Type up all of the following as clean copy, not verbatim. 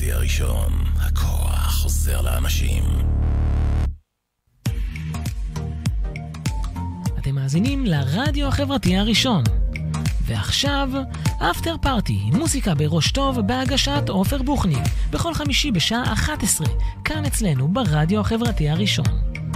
החברתי הראשון, הכוח חוזר לאנשים. אתם מאזינים לרדיו החברתי הראשון. ועכשיו, אפטר פארטי, מוזיקה בראש טוב בהגשת עופר בוכני, בכל חמישי בשעה 11, כאן אצלנו ברדיו החברתי הראשון.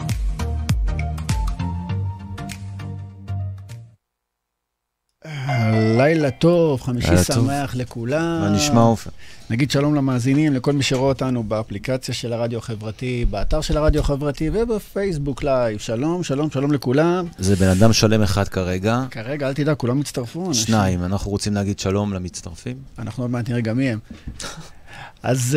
לילה טוב, חמישי שמח לכולם. מה נשמע עופר? נגיד שלום למאזינים, לכל מי שרואה אותנו באפליקציה של הרדיו החברתי, באתר של הרדיו החברתי ובפייסבוק לייב. שלום, שלום, שלום לכולם. זה בן אדם שלם אחד כרגע. כרגע, אל תדע, כולם מצטרפו. שניים, אנחנו רוצים להגיד שלום למצטרפים. אנחנו עוד מעט נראה גם מי הם. אז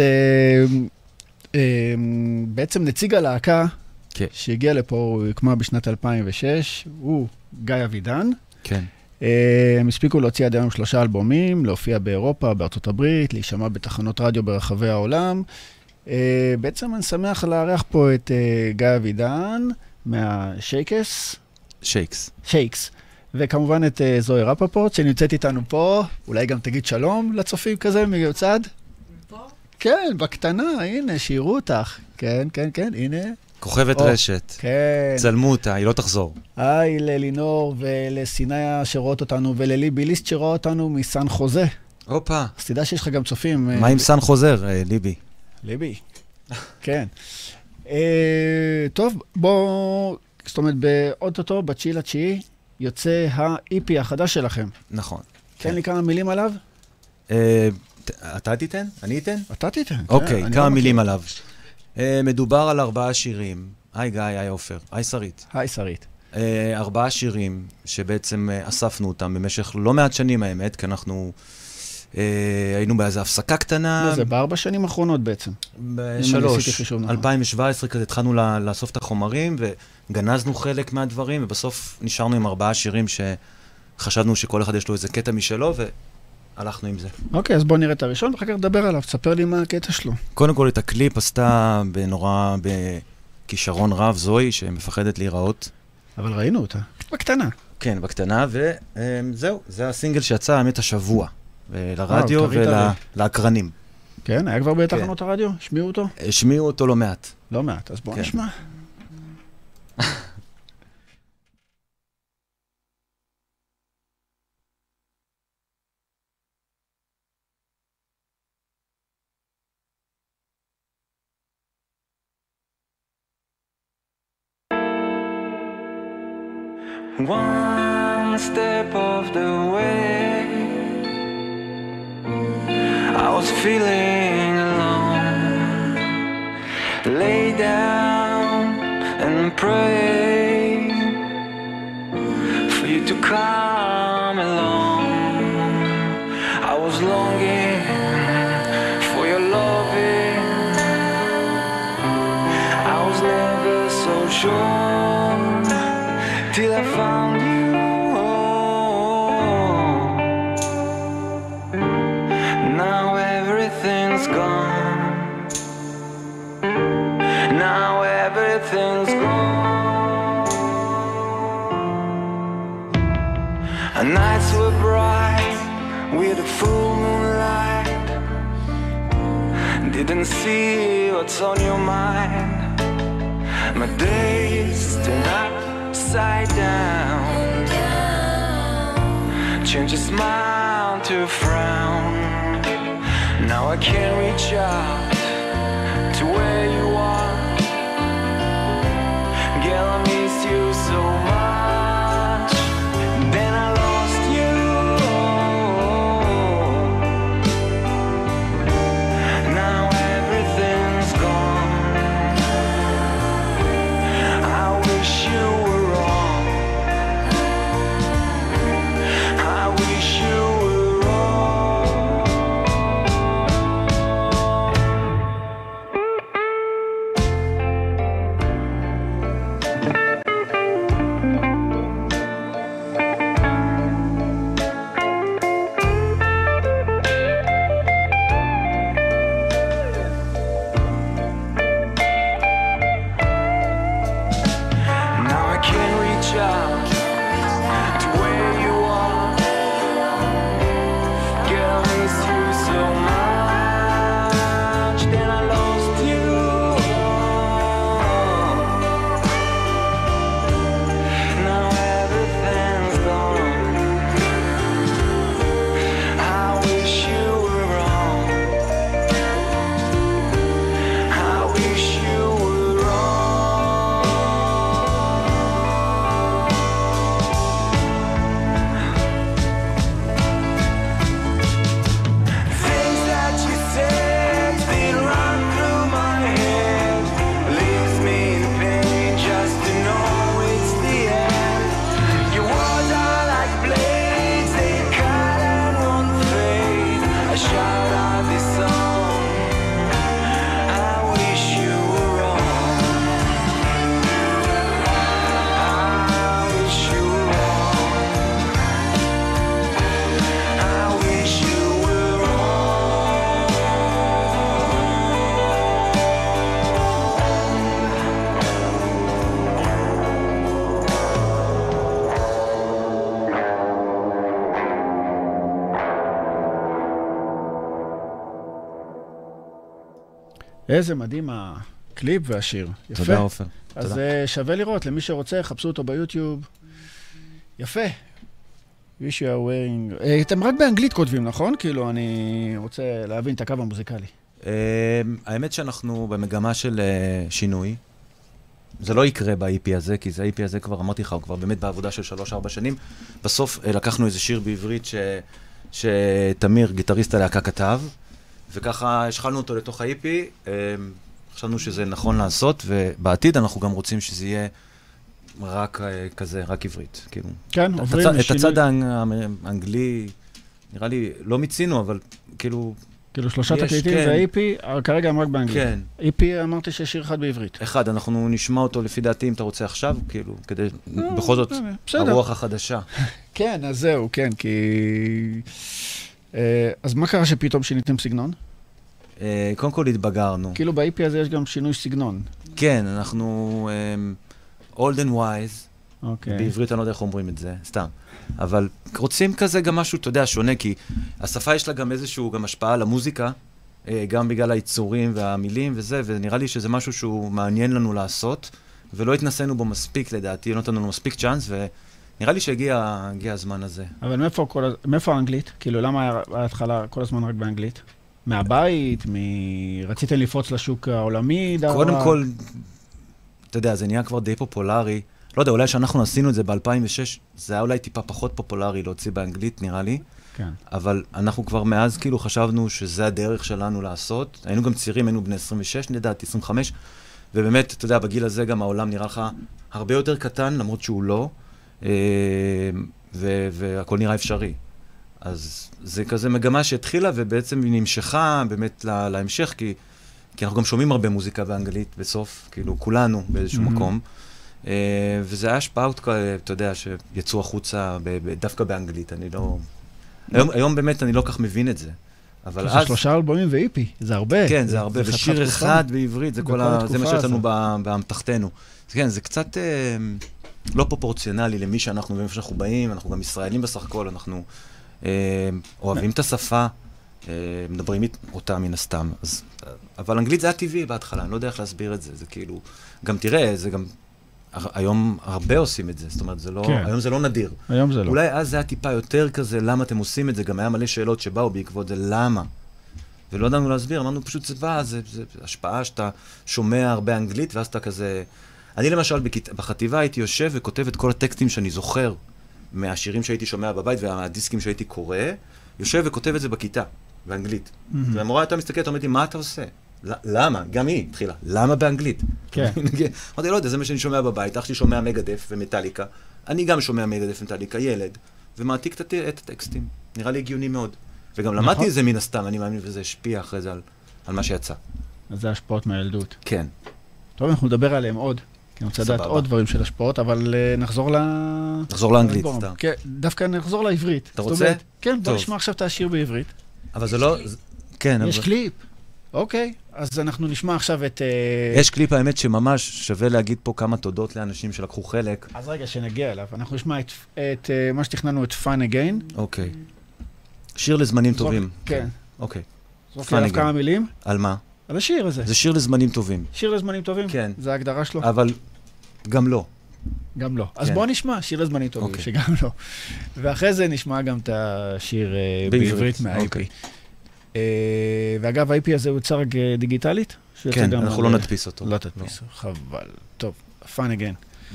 בעצם נציג הלהקה שהגיע לפה, הוא הוקמה בשנת 2006, הוא גיא אבידן. כן. הם הספיקו להוציא עד היום 3 אלבומים, להופיע באירופה, בארצות הברית, להישמע בתחנות רדיו ברחבי העולם. בעצם אני שמח לארח פה את גיא אבידן מהשייקס. שייקס. וכמובן את זוהי רפפורט, שנמצאת איתנו פה. אולי גם תגיד שלום לצופים כזה מיוצד. פה? כן, בקטנה, הנה, שירו אותך. כן, כן, כן, הנה. כוכבת רשת. כן. צלמו אותה, היא לא תחזור. היי ללינור ולסיניה שרואות אותנו, ולליבי ליסט שרואות אותנו מסן חוזה. אופה. אז תדע שיש לך גם צופים. מה עם סן חוזר, ליבי? ליבי, כן. טוב, בוא, זאת אומרת, באוטוטו, ב9/9, יוצא ה-EP החדש שלכם. נכון. תן לי כמה מילים עליו? אתה תיתן? אני אתן? אתה תיתן. אוקיי, כמה מילים עליו. מדובר על 4 שירים. היי גיא, היי עופר, היי שרית. היי שרית. 4 שירים שבעצם אספנו אותם במשך לא מעט שנים האמת, כי אנחנו היינו באיזו הפסקה קטנה. זה ב4 שנים האחרונות בעצם. ב3, 2017 כזה התחלנו לאסוף את החומרים וגנזנו חלק מהדברים, ובסוף נשארנו עם 4 שירים שחשבנו שכל אחד יש לו איזה קטע משלו הלכנו עם זה. אוקיי, אז בוא נראה את הראשון, ואחר כך נדבר עליו. תספר לי מה הקטע שלו. קודם כל, את הקליפ עשתה בנורא, בכישרון רב, זוהי, שמפחדת להיראות. אבל ראינו אותה. בקטנה. כן, בקטנה, וזהו. זה הסינגל שיצא, האמת, השבוע. לרדיו ולאקרנים. כן, היה כבר בתחנות הרדיו? השמיעו אותו? השמיעו אותו לא מעט. לא מעט, אז בוא נשמע. One step of the way, I was feeling alone. Lay down and pray for you to come along. I was longing for your loving. I was never so sure till I found you. Now everything's gone. Now everything's gone. Our nights were bright with a full moonlight. Didn't see what's on your mind. My days turned upside down. Change a smile to a frown. Now I can't reach out to where you are. Girl, I miss you so much. Then I lost you. Now everything's gone. I wish you were wrong. I wish you were wrong. איזה מדהים הקליפ והשיר. יפה. תודה, עופר. אז שווה לראות, למי שרוצה, חפשו אותו ביוטיוב. יפה. wish you are wearing... אתם רק באנגלית כותבים, נכון? כאילו, אני רוצה להבין את הקו המוזיקלי. האמת שאנחנו במגמה של שינוי. זה לא יקרה ב-EP הזה, כי זה ה-EP הזה כבר, אמרתי לך, הוא כבר באמת בעבודה של 3-4 שנים. בסוף לקחנו איזה שיר בעברית שתמיר, גיטריסט הלהקה, כתב, וככה השחלנו אותו לתוך ה-EP, חשבנו שזה נכון לעשות, ובעתיד אנחנו גם רוצים שזה יהיה רק כזה, רק עברית. כאילו. כן, עוברים את הצד האנגלי, נראה לי, לא מיצינו, אבל כאילו... כאילו 3 תקליטים ו-EP, כרגע הם רק באנגלית. כן. EP אמרתי שיש שיר אחד בעברית. אחד, אנחנו נשמע אותו לפי דעתי אם אתה רוצה עכשיו, כאילו, כדי, בכל זאת, הרוח החדשה. כן, אז זהו, כן, כי... אז מה קרה שפתאום שיניתם סגנון? קודם כל התבגרנו. כאילו ב-EP הזה יש גם שינוי סגנון. כן, אנחנו old and wise, בעברית אני לא יודע איך אומרים את זה, סתם. אבל רוצים כזה גם משהו, אתה יודע, שונה, כי השפה יש לה גם איזשהו, גם השפעה על המוזיקה, גם בגלל היצורים והמילים וזה, ונראה לי שזה משהו שהוא מעניין לנו לעשות, ולא התנסינו בו מספיק לדעתי, לא נתנו לנו מספיק צ'אנס, ונראה לי שהגיע הזמן הזה. אבל מאיפה האנגלית? כאילו, למה ההתחלה כל הזמן רק באנגלית? מהבית? רציתם לפרוץ לשוק העולמי? קודם כל, אתה יודע, זה נהיה כבר די פופולרי. לא יודע, אולי שאנחנו עשינו את זה ב-2006, זה היה אולי טיפה פחות פופולרי להוציא באנגלית, נראה לי. כן. אבל אנחנו כבר מאז כאילו חשבנו שזה הדרך שלנו לעשות. היינו גם צעירים, היינו בני 26, לדעתי, 25, ובאמת, אתה יודע, בגיל הזה גם העולם נראה לך הרבה יותר קטן, למרות שהוא לא, והכל נראה אפשרי. אז זה כזה מגמה שהתחילה, ובעצם היא נמשכה באמת להמשך, כי אנחנו גם שומעים הרבה מוזיקה באנגלית בסוף, כאילו כולנו באיזשהו מקום. וזה היה השפעות, אתה יודע, שיצאו החוצה דווקא באנגלית, אני לא... היום באמת אני לא כך מבין את זה. אבל אז... 3 אלבומים ו-EP, זה הרבה. כן, זה הרבה, ושיר אחד בעברית, זה מה שיצאנו באמתחתנו. כן, זה קצת לא פרופורציונלי למי שאנחנו ואיפה שאנחנו באים, אנחנו גם ישראלים בסך הכל, אנחנו אוהבים את השפה, מדברים אותה מן הסתם. אבל אנגלית זה היה טבעי בהתחלה, אני לא יודע איך להסביר את זה, זה כאילו... גם תראה, זה גם... היום הרבה עושים את זה, זאת אומרת, היום זה לא נדיר. היום זה לא. אולי אז זה היה טיפה יותר כזה, למה אתם עושים את זה? גם היה מלא שאלות שבאו בעקבות זה, למה? ולא ידענו להסביר, אמרנו פשוט זה בא, זה השפעה שאתה שומע הרבה אנגלית, ואז אתה כזה... אני למשל בחטיבה הייתי יושב וכותב את כל הטקסטים שאני זוכר מהשירים שהייתי שומע בבית והדיסקים שהייתי קורא, יושב וכותב את זה בכיתה, באנגלית. והמורה הייתה מסתכלת, אומרת לי, מה אתה עושה? למה? גם היא התחילה. למה באנגלית? כן. אמרתי, לא יודע, זה מה שאני שומע בבית. אח שלי שומע מגדף ומטליקה. אני גם שומע מגדף ומטליקה, ילד. ומעתיק את הטקסטים. נראה לי הגיוני מאוד. וגם למדתי את זה מן הסתם, אני מאמין, וזה השפיע אחרי זה על מה שיצא. אז זה השפעות מהילדות. כן. טוב, אנחנו נדבר עליהם עוד. כי אני רוצה לדעת עוד דברים של השפעות, אבל נחזור לאנגלית, סתם. כן, דווקא נחזור לעברית. אתה רוצה? כן, בוא נשמע עכשיו את השיר בעברית. אבל זה לא... כן, יש קליפ. אוקיי, אז אנחנו נשמע עכשיו את... יש קליפ, האמת, שממש שווה להגיד פה כמה תודות לאנשים שלקחו חלק. אז רגע, שנגיע אליו. אנחנו נשמע את מה שתכננו, את Fun Again. אוקיי. שיר לזמנים טובים. כן. אוקיי. זרוק עליו כמה מילים. על מה? על השיר הזה. זה שיר לזמנים טובים. שיר לזמנים טובים? כן. זה ההגדרה שלו? אבל גם לא. גם לא. אז בוא נשמע שיר לזמנים טובים, שגם לא. ואחרי זה נשמע גם את השיר בעברית מה-IP. ואגב, ה-IP הזה הוצא רק דיגיטלית? כן, אנחנו לא נדפיס אותו. לא תדפיס, חבל. טוב, Fun Again.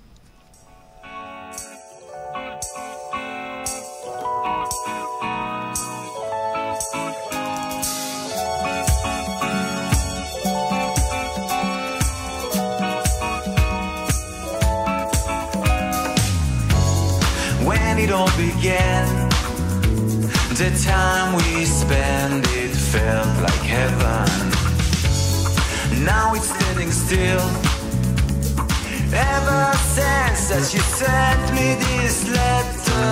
When it all began, the time we spent, it felt like heaven. Now it's standing still. Ever since that you sent me this letter,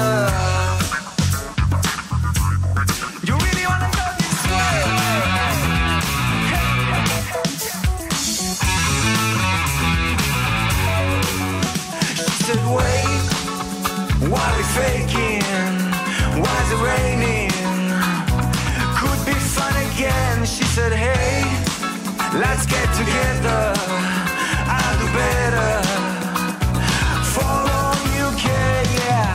you really wanna know this way? She said, wait, why are we faking? Why is it raining? Could be fun again. She said, hey, together, I'll do better. For all you care, yeah.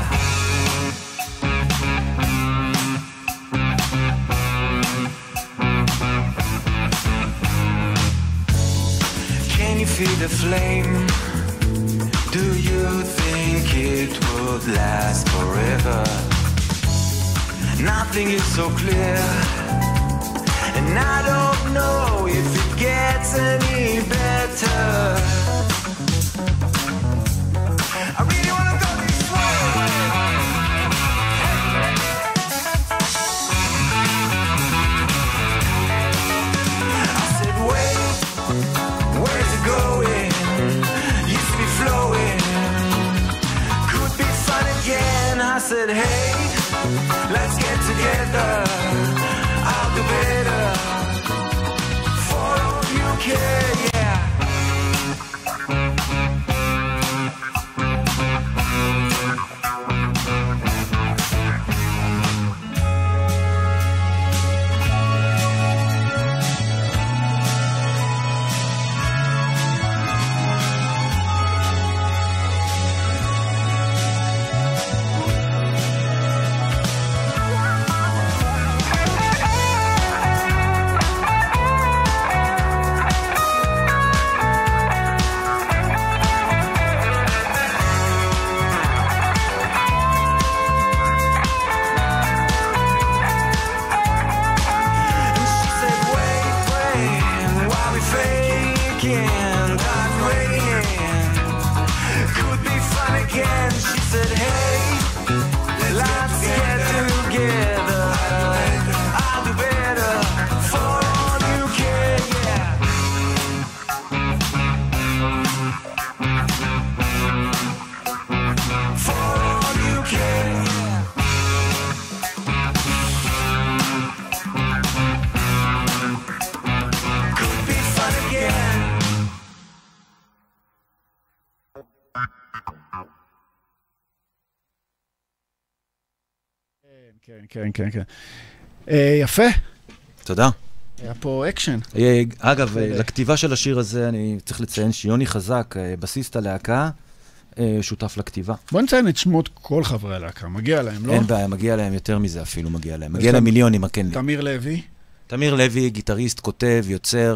Can you feel the flame? Do you think it would last forever? Nothing is so clear, and I don't know if it gets any better. I really wanna go this way. I said, wait, where's it going? Used to be flowing, could be fun again. I said, hey, let's get together, I'll do better. For all you care, yeah. כן. יפה. תודה. היה פה אקשן. אגב, לכתיבה של השיר הזה אני צריך לציין שיוני חזק, בסיסט הלהקה, שותף לכתיבה. בוא נציין את שמות כל חברי הלהקה, מגיע להם, לא? אין בעיה, מגיע להם יותר מזה אפילו, מגיע להם. מגיע להם מיליונים, כן לי. תמיר לוי? תמיר לוי, גיטריסט, כותב, יוצר,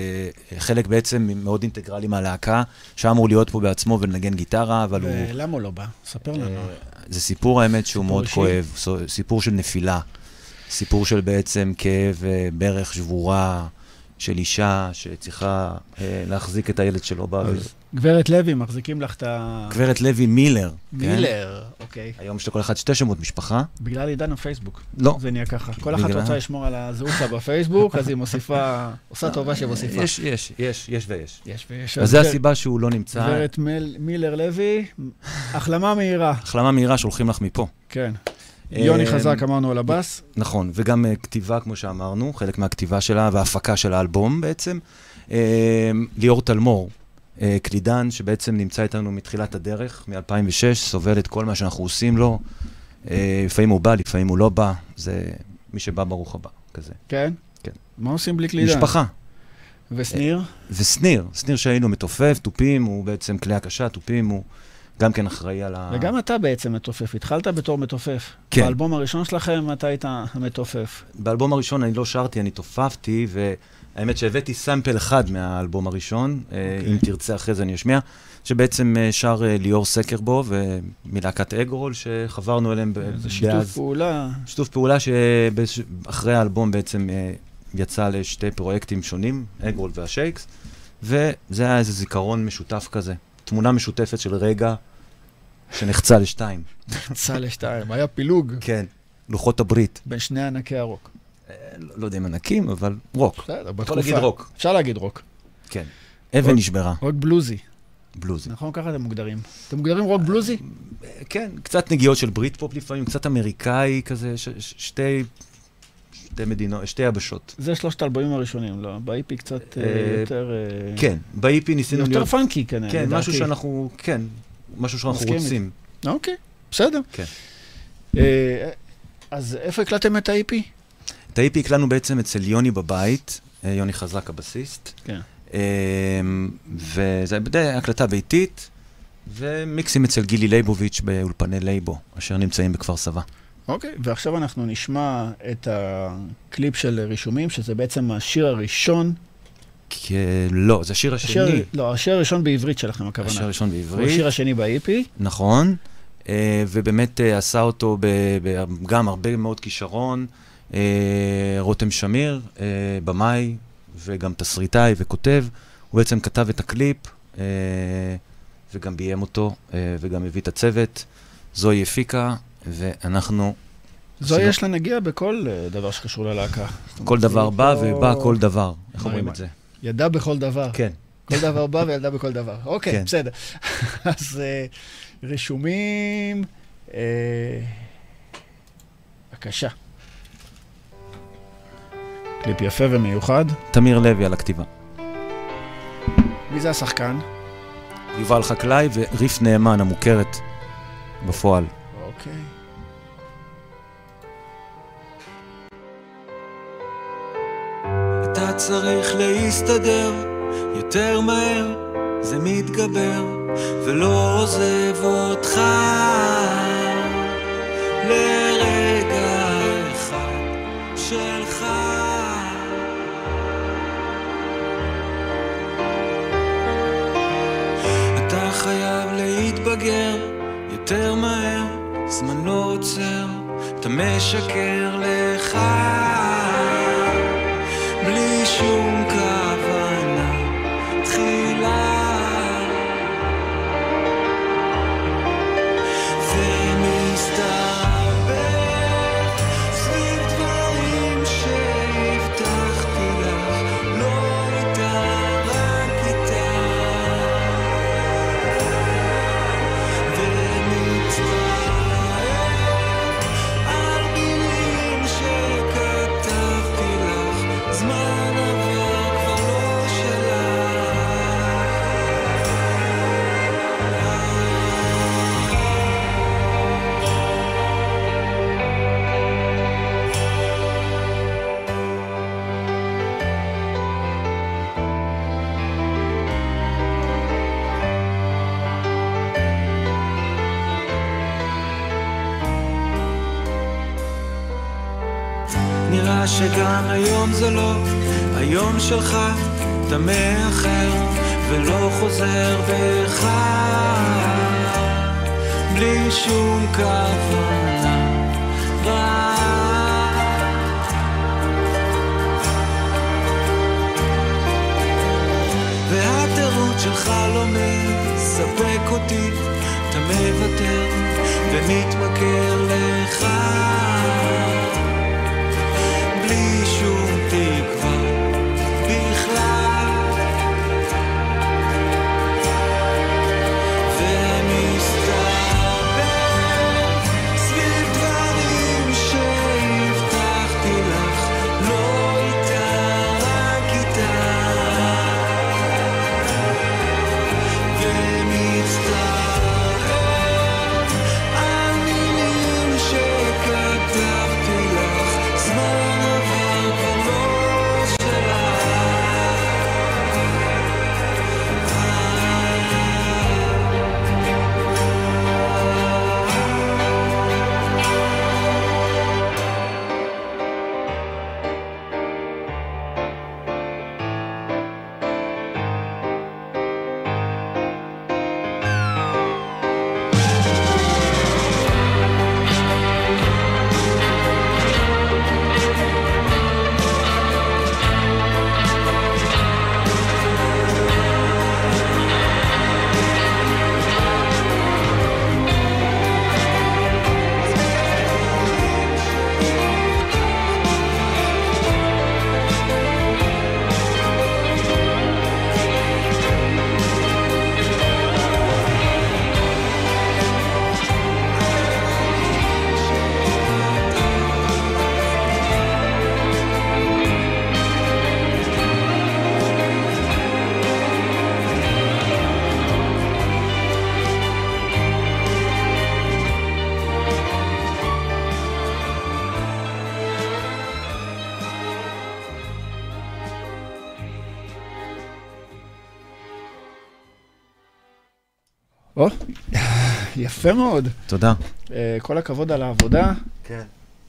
חלק בעצם מאוד אינטגרלי מהלהקה, שאמור להיות פה בעצמו ולנגן גיטרה, אבל הוא... ולמה הוא לא בא? ספר לנו. זה סיפור האמת שהוא מאוד כואב, סיפור של נפילה, סיפור של בעצם כאב, ברך שבורה של אישה שצריכה להחזיק את הילד שלו. גברת לוי, מחזיקים לך את ה... גברת לוי מילר. מילר, אוקיי. היום יש לכל אחד 2 שמות משפחה. בגלל עידן הפייסבוק. לא. זה נהיה ככה. כל אחת רוצה לשמור על הזהות שלה בפייסבוק, אז היא מוסיפה, עושה טובה שמוסיפה. יש ויש. יש ויש. אז זה הסיבה שהוא לא נמצא. גברת מילר לוי, החלמה מהירה. החלמה מהירה שולחים לך מפה. כן. יוני חזק אמרנו על הבאס. נכון, וגם כתיבה כמו שאמרנו, חלק מהכתיבה שלה וההפקה של האלבום בעצם. ליאור תלמור, קלידן שבעצם נמצא איתנו מתחילת הדרך, מ-2006, סובל את כל מה שאנחנו עושים לו. לפעמים הוא בא, לפעמים הוא לא בא. זה מי שבא ברוך הבא, כזה. כן? כן. מה עושים בלי קלידן? משפחה. וסניר? וסניר שהיינו מתופף, טופים, הוא בעצם כלי הקשה, טופים, הוא גם כן אחראי על ה... וגם אתה בעצם מתופף, התחלת בתור מתופף. כן. באלבום הראשון שלכם אתה היית המתופף. באלבום הראשון אני לא שרתי, אני תופפתי, והאמת שהבאתי סמפל אחד מהאלבום הראשון, אם תרצה אחרי זה אני אשמיע, שבעצם שר ליאור סקרבו ומלהקת אגרול, שחברנו אליהם זה שיתוף פעולה. שיתוף פעולה שאחרי האלבום בעצם יצא לשתי פרויקטים שונים, אגרול והשייקס, וזה היה איזה זיכרון משותף כזה. תמונה משותפת של רגע שנחצה לשתיים. נחצה לשתיים, היה פילוג. כן, לוחות הברית. בין שני ענקי הרוק. לא יודע אם ענקים, אבל רוק. בסדר, בתקופה. יכול להגיד רוק. אפשר להגיד רוק. כן. אבן נשברה. רוק בלוזי. בלוזי. נכון, ככה אתם מוגדרים. אתם מוגדרים רוק בלוזי? כן, קצת נגיעות של ברית פופ לפעמים, קצת אמריקאי כזה, שתי מדינות, שתי יבשות. זה 3 האלבומים הראשונים, לא? באיפי קצת יותר... כן, באיפי ניסינו להיות... יותר פאנקי כנראה. כן, משהו שאנחנו, כן, משהו שאנחנו רוצים. אוקיי, בסדר. כן. אז איפה הקלטתם את האיפי? את האיפי הקלטנו בעצם אצל יוני בבית, יוני חזק הבסיסט. כן. וזה בדי הקלטה ביתית, ומיקסים אצל גילי ליבוביץ' באולפני לייבו, אשר נמצאים בכפר סבא. אוקיי, ועכשיו אנחנו נשמע את הקליפ של רישומים, שזה בעצם השיר הראשון. לא, זה השיר השני. לא, השיר הראשון בעברית שלכם, הכוונה. השיר הראשון בעברית. הוא השיר השני ב-EP. נכון, ובאמת עשה אותו גם הרבה מאוד כישרון, רותם שמיר, במאי, וגם תסריטאי וכותב. הוא בעצם כתב את הקליפ, וגם ביים אותו, וגם הביא את הצוות. זוהי הפיקה, ואנחנו... זוהי יש לה נגיע בכל דבר שקשור ללהקה. כל דבר בא ובא כל דבר. איך אומרים את זה? ידע בכל דבר. כן. כל דבר בא וילדה בכל דבר. אוקיי, בסדר. אז רשומים... בבקשה. קליפ יפה ומיוחד. תמיר לוי על הכתיבה. מי זה השחקן? יובל חקלאי וריף נאמן המוכרת בפועל. אוקיי. אתה צריך להסתדר יותר מהר, זה מתגבר ולא עוזב אותך לרגע אחד שלך. אתה חייב להתבגר יותר מהר, זמן לא עוצר, אתה משקר לך בלי שום כוונה תחילה, ומסתבר סביב דברים שהבטחתי לך, לא איתה רק איתה, ומצטער על מילים שכתבתי לך, זמן עבר כבר לא נראה שגם היום זה לא היום שלך, אתה מאחר ולא חוזר בך בלי שום כוונה רעה, והתירוץ שלך לא מספק אותי, אתה מוותר ומתמכר לך בלי שום תקווה בכלל, ומסתבר סביב דברים שהבטחתי לך, לא איתה רק איתה, ומצטער על מילים שכתבתי או, יפה מאוד. תודה. כל הכבוד על העבודה. כן.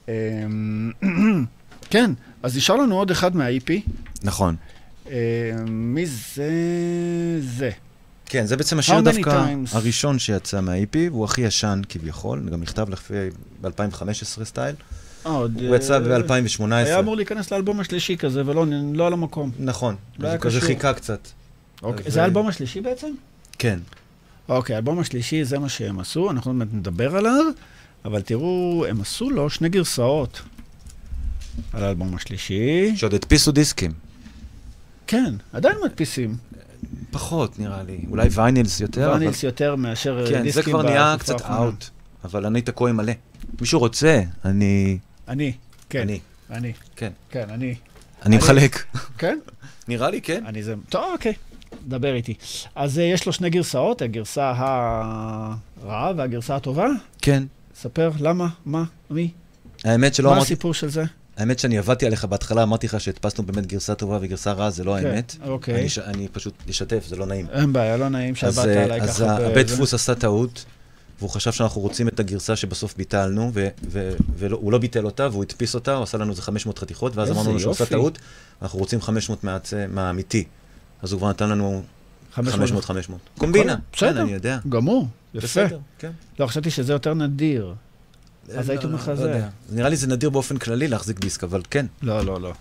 כן, אז נשאר לנו עוד אחד מה-EP. נכון. מי זה? זה. כן, זה בעצם השיר דווקא הראשון שיצא מה-EP, והוא הכי ישן כביכול, גם נכתב לפי ב-2015 סטייל. הוא יצא ב-2018. היה אמור להיכנס לאלבום השלישי כזה, ולא על המקום. נכון, זה כזה חיכה קצת. זה האלבום השלישי בעצם? כן. אוקיי, האלבום השלישי זה מה שהם עשו, אנחנו נדבר עליו, אבל תראו, הם עשו לו 2 גרסאות על האלבום השלישי. שעוד הדפיסו דיסקים. כן, עדיין מדפיסים. פחות נראה לי, אולי ויינילס יותר. ויינילס יותר מאשר דיסקים. כן, זה כבר נהיה קצת אאוט, אבל אני תקוע עם מלא. מישהו רוצה, אני... כן. כן. כן, אני מחלק. כן? נראה לי, כן. טוב, אוקיי. דבר איתי. אז יש לו 2 גרסאות, הגרסה הרעה והגרסה הטובה? כן. ספר, למה? מה? מי? האמת שלא אמרתי... מה הסיפור של זה? האמת שאני עבדתי עליך בהתחלה, אמרתי לך שהדפסנו באמת גרסה טובה וגרסה רעה, זה לא האמת. אוקיי. אני פשוט אשתף, זה לא נעים. אין בעיה, לא נעים שעבדת עליי ככה. אז הבית דפוס עשה טעות, והוא חשב שאנחנו רוצים את הגרסה שבסוף ביטלנו, והוא לא ביטל אותה, והוא הדפיס אותה, הוא עשה לנו איזה 500 חתיכות, ואז אמרנו לו שהוא עשה טעות, אנחנו רוצים 500 מהאמיתי. אז הוא כבר נתן לנו 500. קומבינה. בסדר, אני יודע. גמור, יפה. בסדר, כן. לא, חשבתי שזה יותר נדיר. אז הייתי מחזה. נראה לי זה נדיר באופן כללי להחזיק דיסק, אבל כן. לא.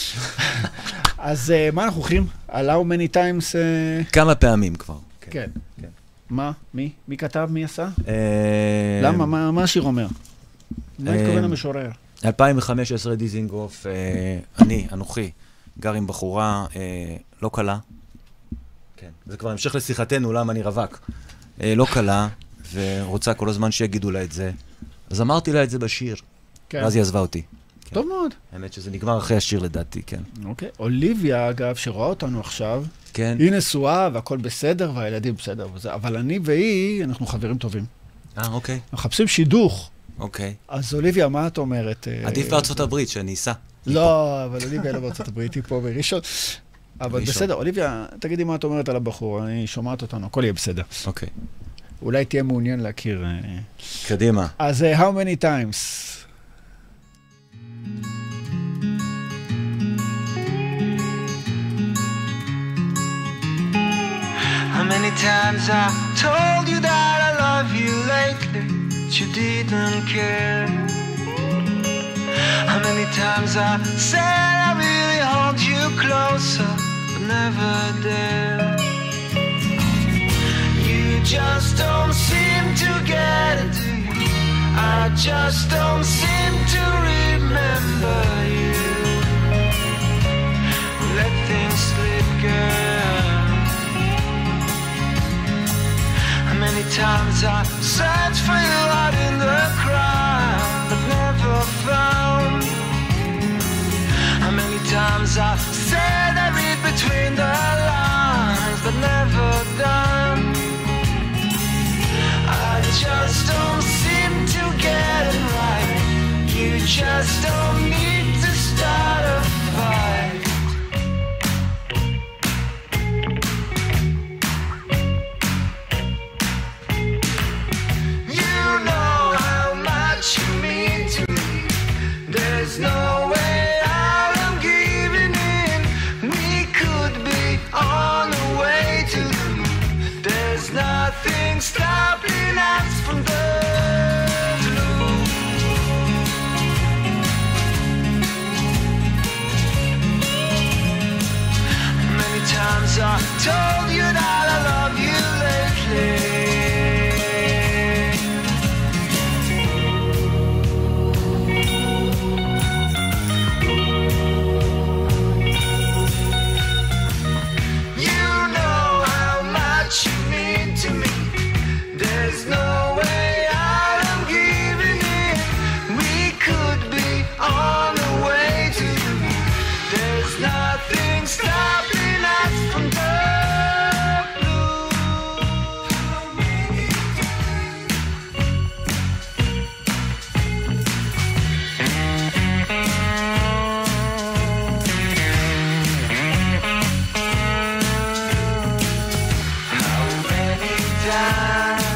אז מה אנחנו הולכים? על how many times... כמה פעמים כבר. כן. מה? מי כתב? מי עשה? למה? מה השיר אומר? מה התכוון המשורר? 2015 דיזינגוף, אנוכי, גר עם בחורה לא קלה. כן. זה כבר המשך לשיחתנו, למה אני רווק. לא קלה, ורוצה כל הזמן שיגידו לה את זה. אז אמרתי לה את זה בשיר, ואז היא עזבה אותי. טוב מאוד. האמת שזה נגמר אחרי השיר לדעתי, כן. אוקיי. אוליביה, אגב, שרואה אותנו עכשיו, כן. היא נשואה והכל בסדר, והילדים בסדר וזה, אבל אני והיא, אנחנו חברים טובים. אוקיי. מחפשים שידוך. אוקיי. אז אוליביה, מה את אומרת? עדיף בארצות הברית, שאני אסע. לא, אבל אוליביה לא בארצות הברית, היא פה בראשון. אבל בסדר, אוליביה, תגידי מה את אומרת על הבחור, אני שומעת אותנו, הכל יהיה בסדר. אוקיי. אולי תהיה מעוניין להכיר. קדימה. אז how many times? How many times I told you that I love you lately, but you didn't care? How many times I said I really hold you closer, but never dare? You just don't seem to get it, do you? I just don't seem to remember you. Let things slip, girl. How many times I searched for you out in the crowd, but never found? How many times I said I read between the lines, but never done? I just don't seem to get it right. You just don't need to start a fight. You know how much you mean to me. There's no way out, I'm giving in. We could be on the way to the moon. There's nothing stopping us from the blue. Many times I told you that I love you lately. You know how much you mean to me. There's no way out, I'm giving in. We could be on the way to the moon. There's nothing stopping us from the How many times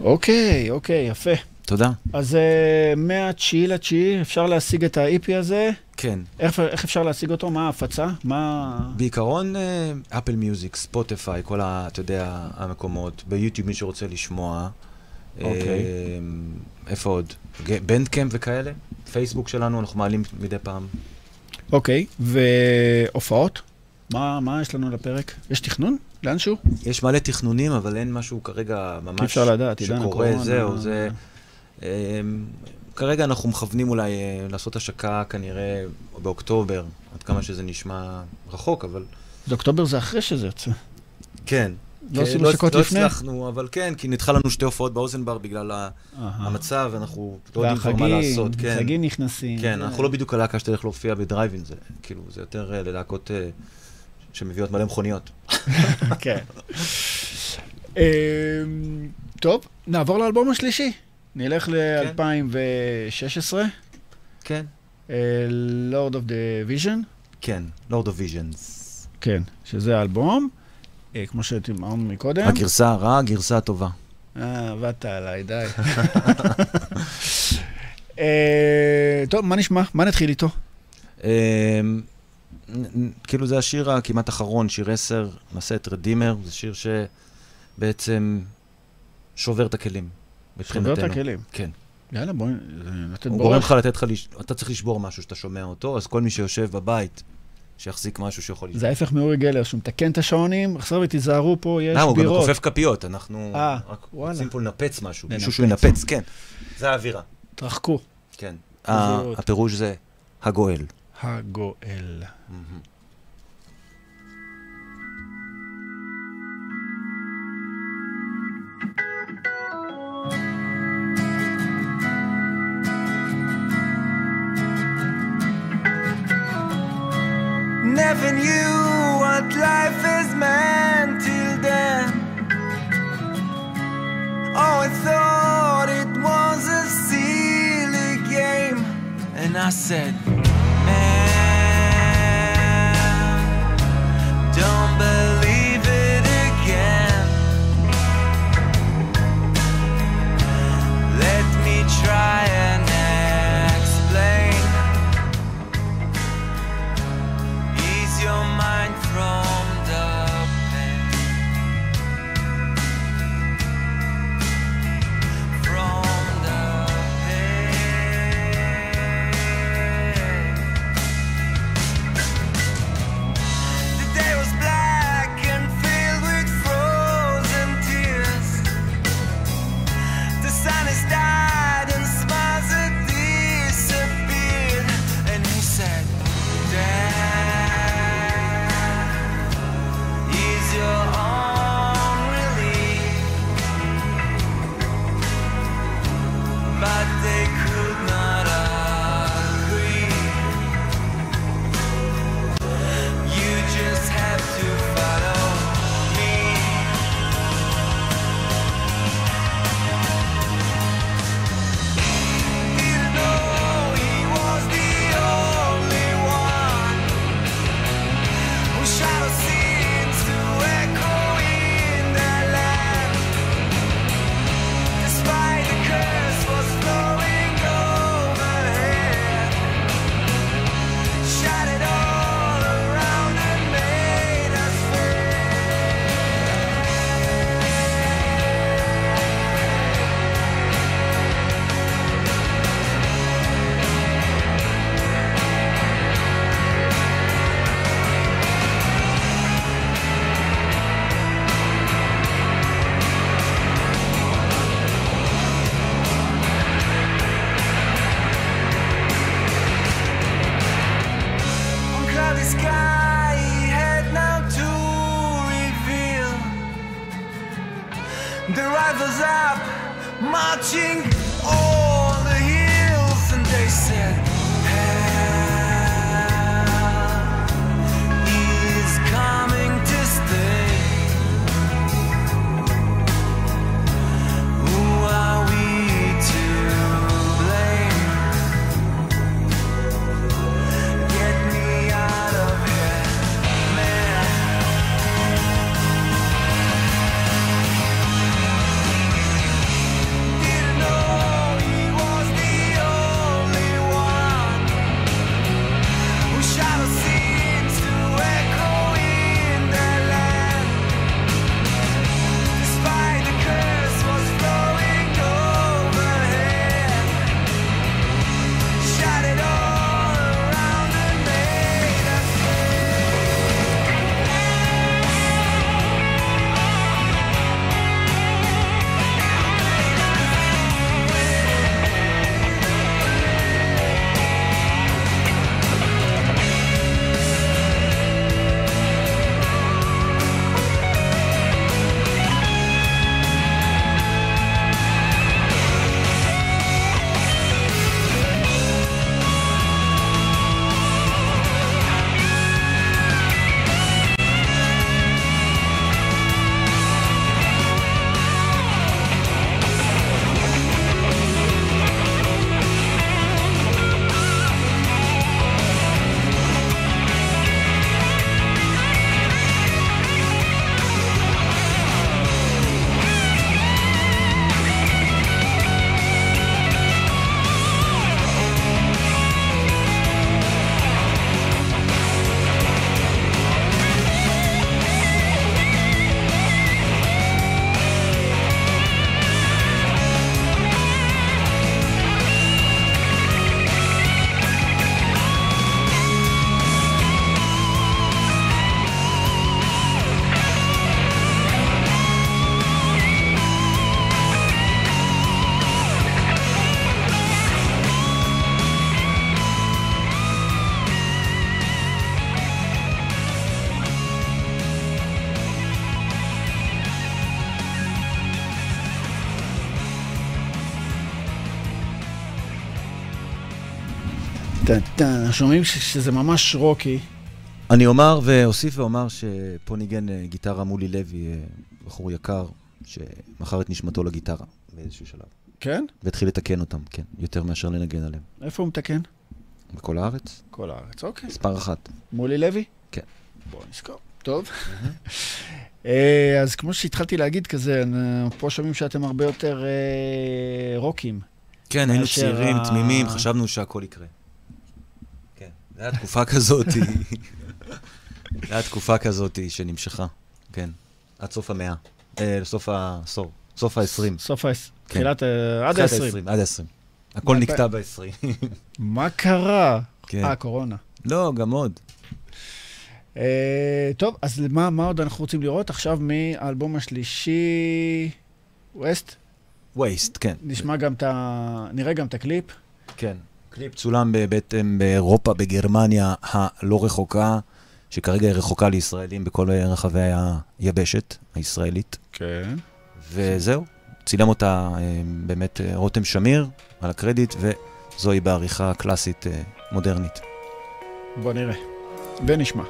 אוקיי, יפה. תודה. אז מה-9/9 אפשר להשיג את ה-EP הזה? כן. איך אפשר להשיג אותו? מה ההפצה? בעיקרון, אפל מיוזיק, ספוטיפיי, כל אתה יודע, המקומות, ביוטיוב מי שרוצה לשמוע. אוקיי. איפה עוד? בנדקאמפ וכאלה. פייסבוק שלנו, אנחנו מעלים מדי פעם. אוקיי, והופעות? מה יש לנו לפרק? יש תכנון? לאנשהו? יש מלא תכנונים, אבל אין משהו כרגע ממש אפשר לדעת, עידן הקורונה. שקורה, זה. כרגע אנחנו מכוונים אולי לעשות השקה כנראה באוקטובר, עד כמה שזה נשמע רחוק, אבל... באוקטובר זה אחרי שזה יוצא. כן. לא עשינו השקות לפני? לא הצלחנו, אבל כן, כי נדחה לנו 2 הופעות באוזנבר בגלל המצב, אנחנו לא יודעים כבר מה לעשות. והחגים נכנסים. כן, אנחנו לא בדיוק הלהקה שתלך להופיע בדרייבין, זה כאילו, זה יותר ללהקות שמביאות מלא מכוניות. כן. טוב, נעבור לאלבום השלישי. נלך ל-2016. כן. Lord of the Vision. כן, Lord of Visions. כן, שזה האלבום. כמו שתמרנו מקודם. הגרסה הרעה, הגרסה הטובה. עבדת עליי, די. טוב, מה נשמע? מה נתחיל איתו? כאילו זה השיר הכמעט אחרון, שיר 10, נעשה את רדימר, זה שיר שבעצם שובר את הכלים. שובר את הכלים? כן. יאללה, בואי לתת בורך. הוא גורם לך אתה צריך לשבור משהו שאתה שומע אותו, אז כל מי שיושב בבית, שיחזיק משהו שיכול לשבור. זה ההפך מאורי גלר, שהוא מתקן את השעונים, עכשיו תיזהרו פה, יש בירות. הוא גם כופף כפיות, אנחנו רק רוצים פה לנפץ משהו, מישהו שהוא ינפץ, כן. זה האווירה. תרחקו. כן. הפירוש זה הגואל. הגואל. Never knew what life is meant till then. Oh, I thought it was a silly game. And I said, man, don't believe it again. Let me try and explain. Ease your mind from the pain. From the pain. The day was black and filled with frozen tears. The sun is died and smiles had disappeared. And he said, death is your own relief. But they could not agree. You just have to follow me. Didn't know he was the only one who shadow seems to echo in the land. Despite the curse was flowing overhead, shot it all around and made us on cloudy sky, he had now to reveal the rifles up, marching all the hills, and they said, hell is coming to stay. Who are we to blame? Get me out of here, man. שומעים שזה ממש רוקי. אני אומר ואוסיף ואומר שפה ניגן גיטרה מולי לוי, בחור יקר, שמכר את נשמתו לגיטרה באיזשהו שלב. כן? והתחיל לתקן אותם, כן, יותר מאשר לנגן עליהם. איפה הוא מתקן? בכל הארץ. כל הארץ, אוקיי. מספר 1. מולי לוי? כן. בואו נזכור. טוב. אז כמו שהתחלתי להגיד כזה, פה שומעים שאתם הרבה יותר רוקים. כן, היינו צעירים, תמימים, חשבנו שהכל יקרה. כן, זה היה תקופה כזאת. זה היה תקופה כזאת שנמשכה, כן. עד סוף המאה. סוף העשור. סוף ה-20. סוף ה-20. תחילת עד ה-20. עד ה-20. הכל נקטע ב-20. מה קרה? כן. קורונה. לא, גם עוד. טוב, אז מה עוד אנחנו רוצים לראות? עכשיו מהאלבום השלישי, ווסט? ווסט, כן. נראה גם את הקליפ. כן. קליפ צולם בעצם באירופה, בגרמניה הלא רחוקה, שכרגע היא רחוקה לישראלים בכל רחבי היבשת הישראלית. כן. וזהו. צילם אותה באמת רותם שמיר על הקרדיט, וזוהי בעריכה קלאסית מודרנית. בוא נראה. ונשמע.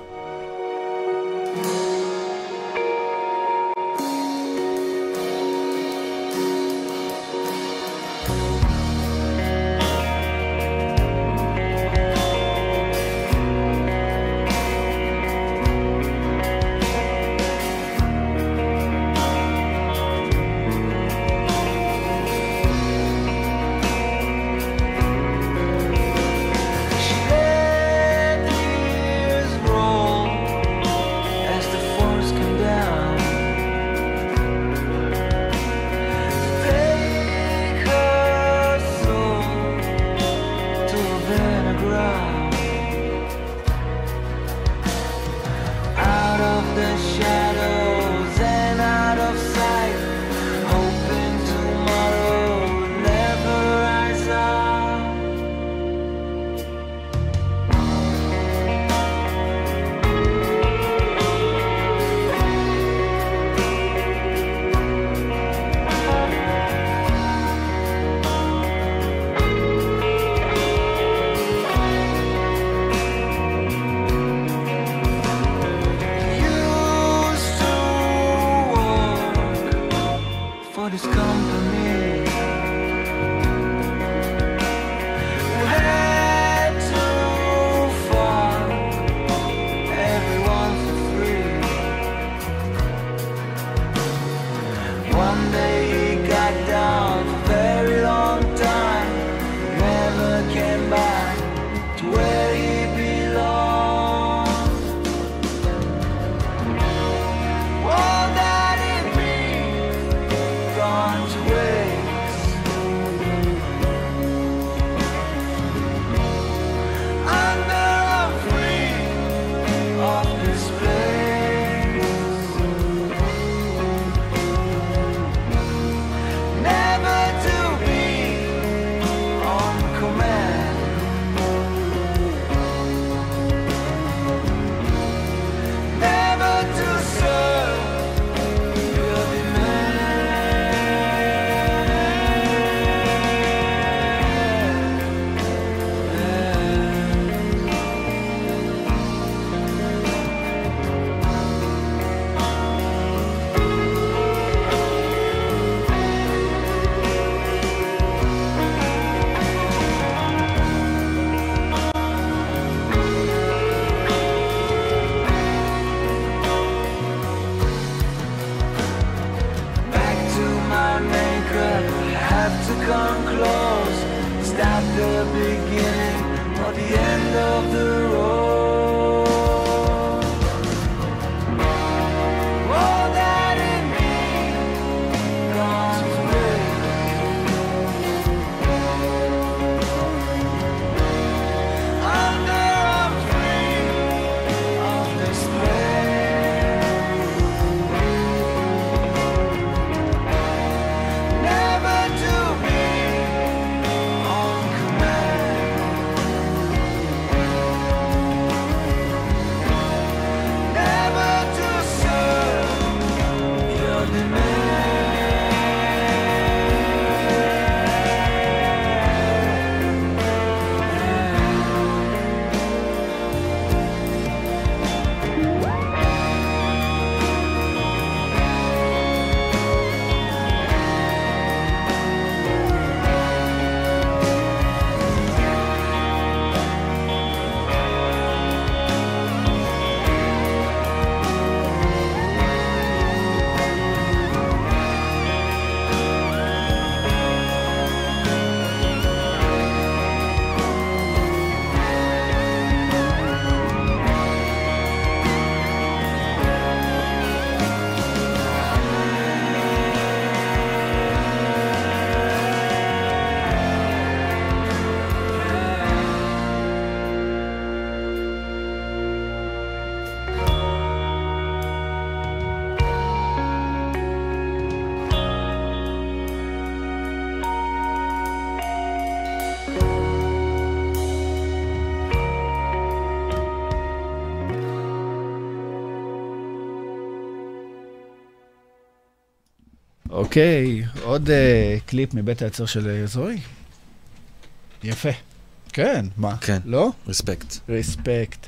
אוקיי, עוד קליפ מבית היצר של זוהי. יפה. כן, מה? כן. לא? רספקט. רספקט.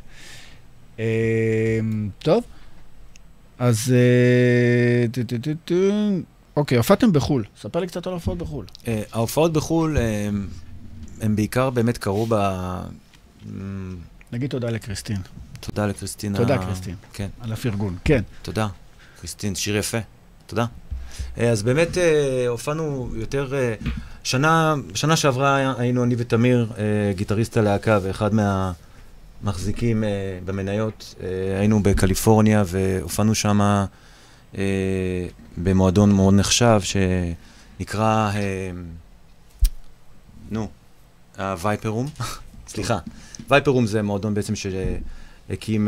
טוב, אז אוקיי, הופעתם בחול. ספר לי קצת על הופעות בחול. ההופעות בחול, הם בעיקר באמת קרו נגיד תודה לקריסטין. תודה לקריסטין. תודה קריסטין. כן. על הפרגון, כן. תודה. קריסטין, שיר יפה. תודה. אז באמת הופענו יותר... שנה שעברה היינו אני ותמיר, גיטריסט הלהקה ואחד מהמחזיקים במניות. היינו בקליפורניה והופענו שם במועדון מאוד נחשב שנקרא, הווייפרום. סליחה. וייפרום זה מועדון בעצם שהקים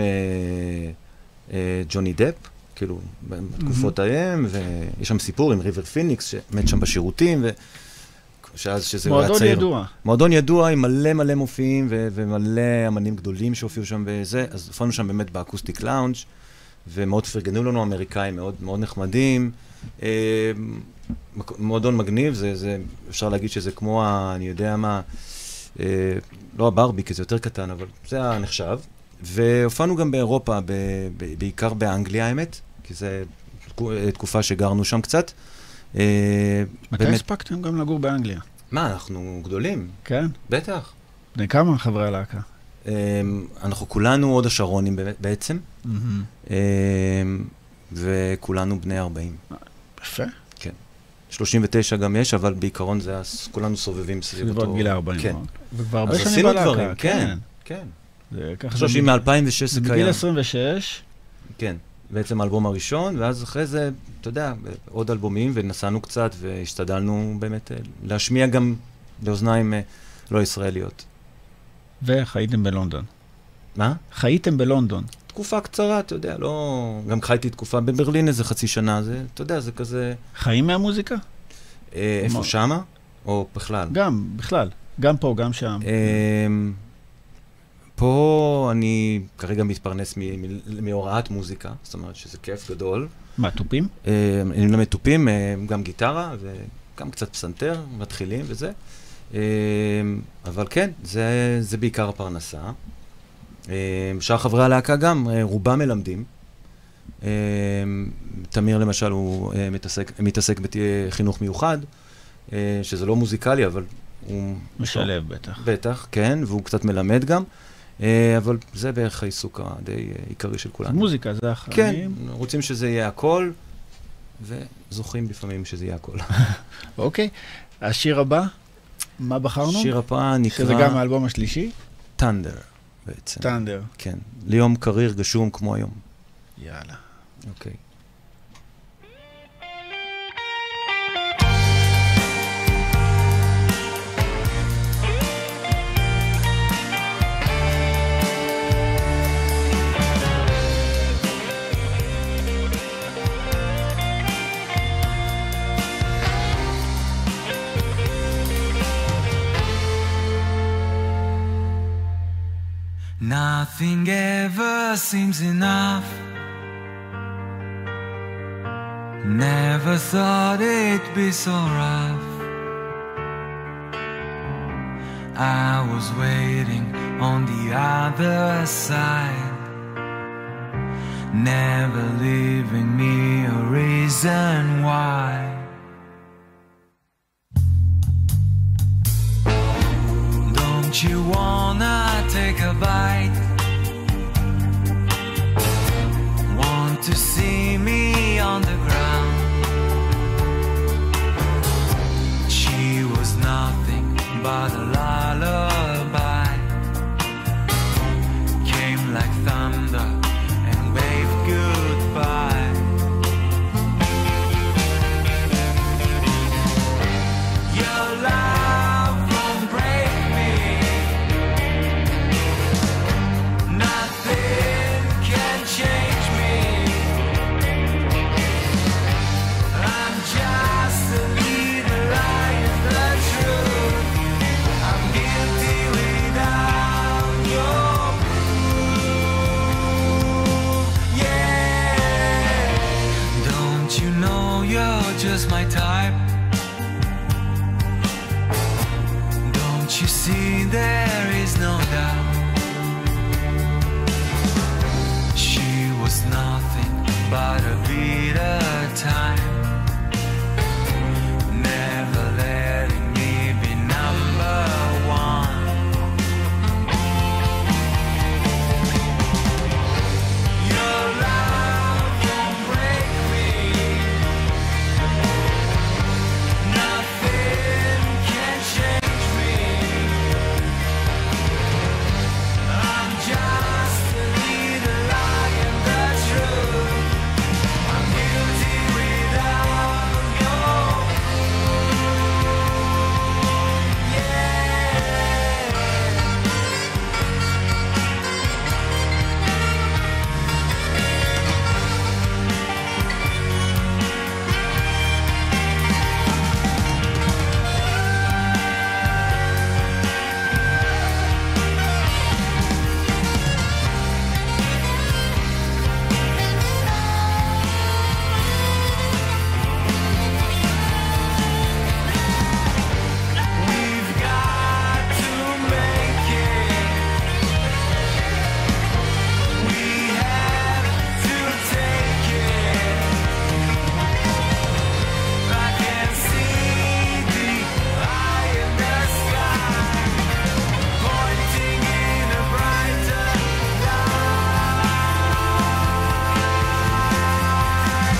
ג'וני דפ, כאילו בתקופות ההם, ויש שם סיפור עם ריבר פיניקס שמת שם בשירותים, שאז שזה היה צעיר. מועדון ידוע. מועדון ידוע עם מלא מלא מופיעים ומלא אמנים גדולים שהופיעו שם בזה, אז הופענו שם באמת באקוסטיק לאונג' ומאוד פרגנו לנו אמריקאים, מאוד, מאוד נחמדים. מועדון מגניב, זה, אפשר להגיד שזה כמו, אני יודע מה, לא הברבי, כי זה יותר קטן, אבל זה היה נחשב. והופענו גם באירופה, בעיקר באנגליה, האמת, כי זה תקופה שגרנו שם קצת. מתי הספקתם גם לגור באנגליה? מה, אנחנו גדולים. כן? בטח. בני כמה חברי הלהקה? אנחנו כולנו עוד השרונים בעצם, וכולנו בני 40. יפה. כן. 39 גם יש, אבל בעיקרון זה כולנו סובבים סביב אותו. סביב גיל 40. כן. וכבר הרבה שנים בלהקה. כן, כן. אני חושב שאם מ-2006 זה קיים. בגיל 26. כן. בעצם האלבום הראשון, ואז אחרי זה, אתה יודע, עוד אלבומים, ונסענו קצת, והשתדלנו באמת להשמיע גם לאוזניים לא ישראליות. וחייתם בלונדון. מה? חייתם בלונדון. תקופה קצרה, אתה יודע, לא... גם חייתי תקופה בברלין איזה חצי שנה, זה, אתה יודע, זה כזה... חיים מהמוזיקה? איפה שמה? או בכלל? גם, בכלל. גם פה, גם שם. פה אני כרגע מתפרנס מהוראת מוזיקה, זאת אומרת שזה כיף גדול. מה, טופים? אני מלמד טופים, גם גיטרה וגם קצת פסנתר, מתחילים וזה. אבל כן, זה בעיקר הפרנסה. שאר חברי הלהקה גם, רובם מלמדים. תמיר למשל הוא מתעסק בחינוך מיוחד, שזה לא מוזיקלי, אבל הוא... משלב בטח. בטח, כן, והוא קצת מלמד גם. אבל זה בערך העיסוק הדי עיקרי של כולנו. מוזיקה, זה החיים. כן, רוצים שזה יהיה הכל, וזוכים לפעמים שזה יהיה הכל. אוקיי, השיר הבא, מה בחרנו? השיר הבא נקרא... שזה גם האלבום השלישי? טנדר, בעצם. טנדר. כן, ליום קריר גשום כמו היום. יאללה. אוקיי. Nothing ever seems enough. Never thought it'd be so rough. I was waiting on the other side, never leaving me a reason why. Don't you wanna take a bite? Want to see me on the ground? She was nothing but a lullaby. Came like thunder and waved goodbye. Your love won't break me. Nothing can change me. I'm just a little lie of the truth. I'm guilty without your proof. just my type. Don't you see there is no doubt. She was nothing but a bitter time. Never letting me be number one. Your love won't break me. Nothing can change me. I'm just a little lie in the truth. I'm guilty without your we've got to make it. We have to take it. I can see the eye in the sky, pointing in a brighter light.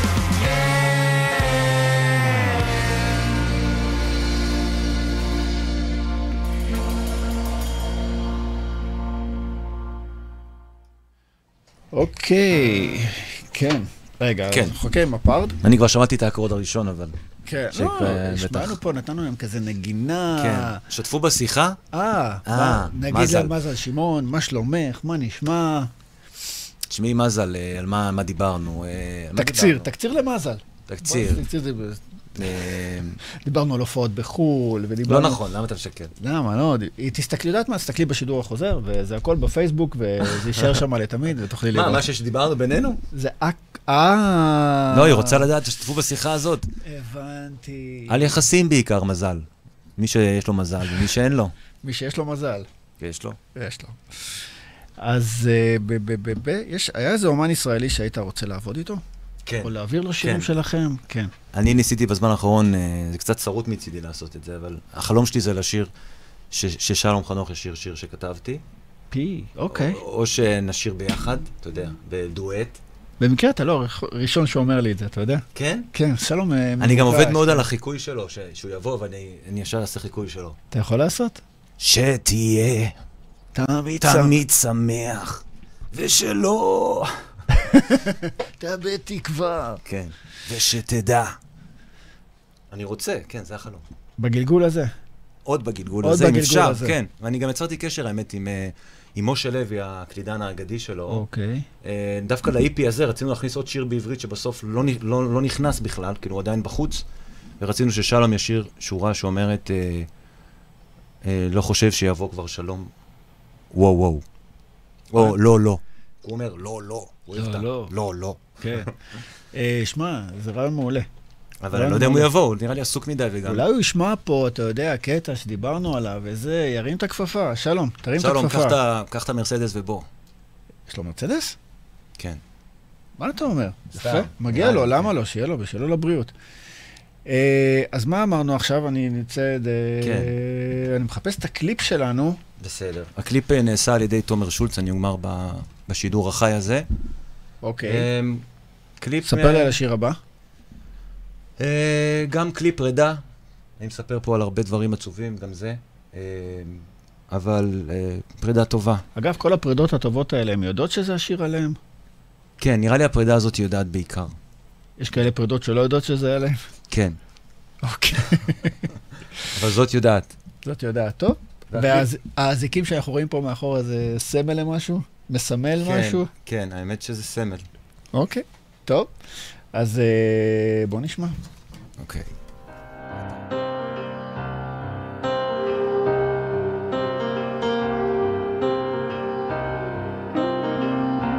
אוקיי, כן. רגע, כן. אז חכה, מפרד? אני כבר שמעתי את האקורד הראשון, אבל... כן, שכבר, לא, בטח. השמענו פה, נתנו להם כזה נגינה. כן. שתפו בשיחה? נגיד מזל. להם מזל שמעון, מה שלומך, מה נשמע? תשמעי מזל, על מה דיברנו? על מה תקציר, דיברנו? תקציר למזל. תקציר. בוא, תקציר זה... אה, דיברנו על הופעות בחו"ל, ודיברנו... לא נכון, למה אתה משקר? למה, לא, תסתכלי, יודעת מה, תסתכלי בשידור החוזר, וזה הכל בפייסבוק, וזה יישאר שם לתמיד, ותוכלי לראות. מה שדיברנו בינינו? זה לא, היא רוצה לדעת שתפו בשיחה הזאת. הבנתי. על יחסים בעיקר, מזל. מי שיש לו מזל ומי שאין לו. מי שיש לו מזל. יש לו. יש לו. אז היה איזה אומן ישראלי שהיית רוצה לעבוד איתו? כן. או להעביר לו שירים כן. שלכם? כן. אני ניסיתי בזמן האחרון, זה קצת צרות מצידי לעשות את זה, אבל החלום שלי זה לשיר ששלום חנוך ישיר שיר שכתבתי. אוקיי. או שנשיר ביחד, אתה יודע, בדואט. במקרה אתה לא ראשון שאומר לי את זה, אתה יודע? כן? כן, שלום. אני גם עובד מאוד על החיקוי שלו, שהוא יבוא ואני ישר אעשה חיקוי שלו. אתה יכול לעשות? שתהיה תמיד שמח, ושלא... תאבד תקווה. כן, ושתדע. אני רוצה, כן, זה החלום. בגלגול הזה. עוד בגלגול עוד הזה, אם בגלגול אפשר, הזה. כן. ואני גם יצרתי קשר, האמת, עם משה לוי, הקלידן האגדי שלו. אוקיי. דווקא ל-EP הזה רצינו להכניס עוד שיר בעברית שבסוף לא נכנס בכלל, כאילו הוא עדיין בחוץ, ורצינו ששלום ישיר שורה שאומרת, לא חושב שיבוא כבר שלום, וואו וואו. או לא לא. הוא אומר לא לא. לא לא. כן. שמע, זה רעיון מעולה. אבל אני לא יודע אם הוא יבוא, הוא נראה לי עסוק מדי וגם... אולי הוא ישמע פה, אתה יודע, קטע שדיברנו עליו וזה, ירים את הכפפה. שלום, תרים את הכפפה. שלום, קח את המרסדס ובוא. יש לו מרצדס? כן. מה אתה אומר? סתם. יפה, מגיע לו, למה לא? שיהיה לו, ושיהיה לו לבריאות. אז מה אמרנו עכשיו? אני נצא... אני מחפש את הקליפ שלנו. בסדר. הקליפ נעשה על ידי תומר שולץ, אני אומר בשידור החי הזה. אוקיי. קליפ... ספר לי על השיר הבא. גם קליפ פרידה. אני מספר פה על הרבה דברים עצובים, גם זה. אבל פרידה טובה. אגב, כל הפרידות הטובות האלה, הן יודעות שזה השיר עליהם? כן, נראה לי הפרידה הזאת יודעת בעיקר. יש כאלה פרידות שלא יודעות שזה עליהם? כן. אוקיי. אבל זאת יודעת. זאת יודעת, טוב. והזיקים שאנחנו רואים פה מאחור, זה סמל למשהו? מסמל משהו? כן, האמת שזה סמל. אוקיי, טוב. אז בוא נשמע. אוקיי.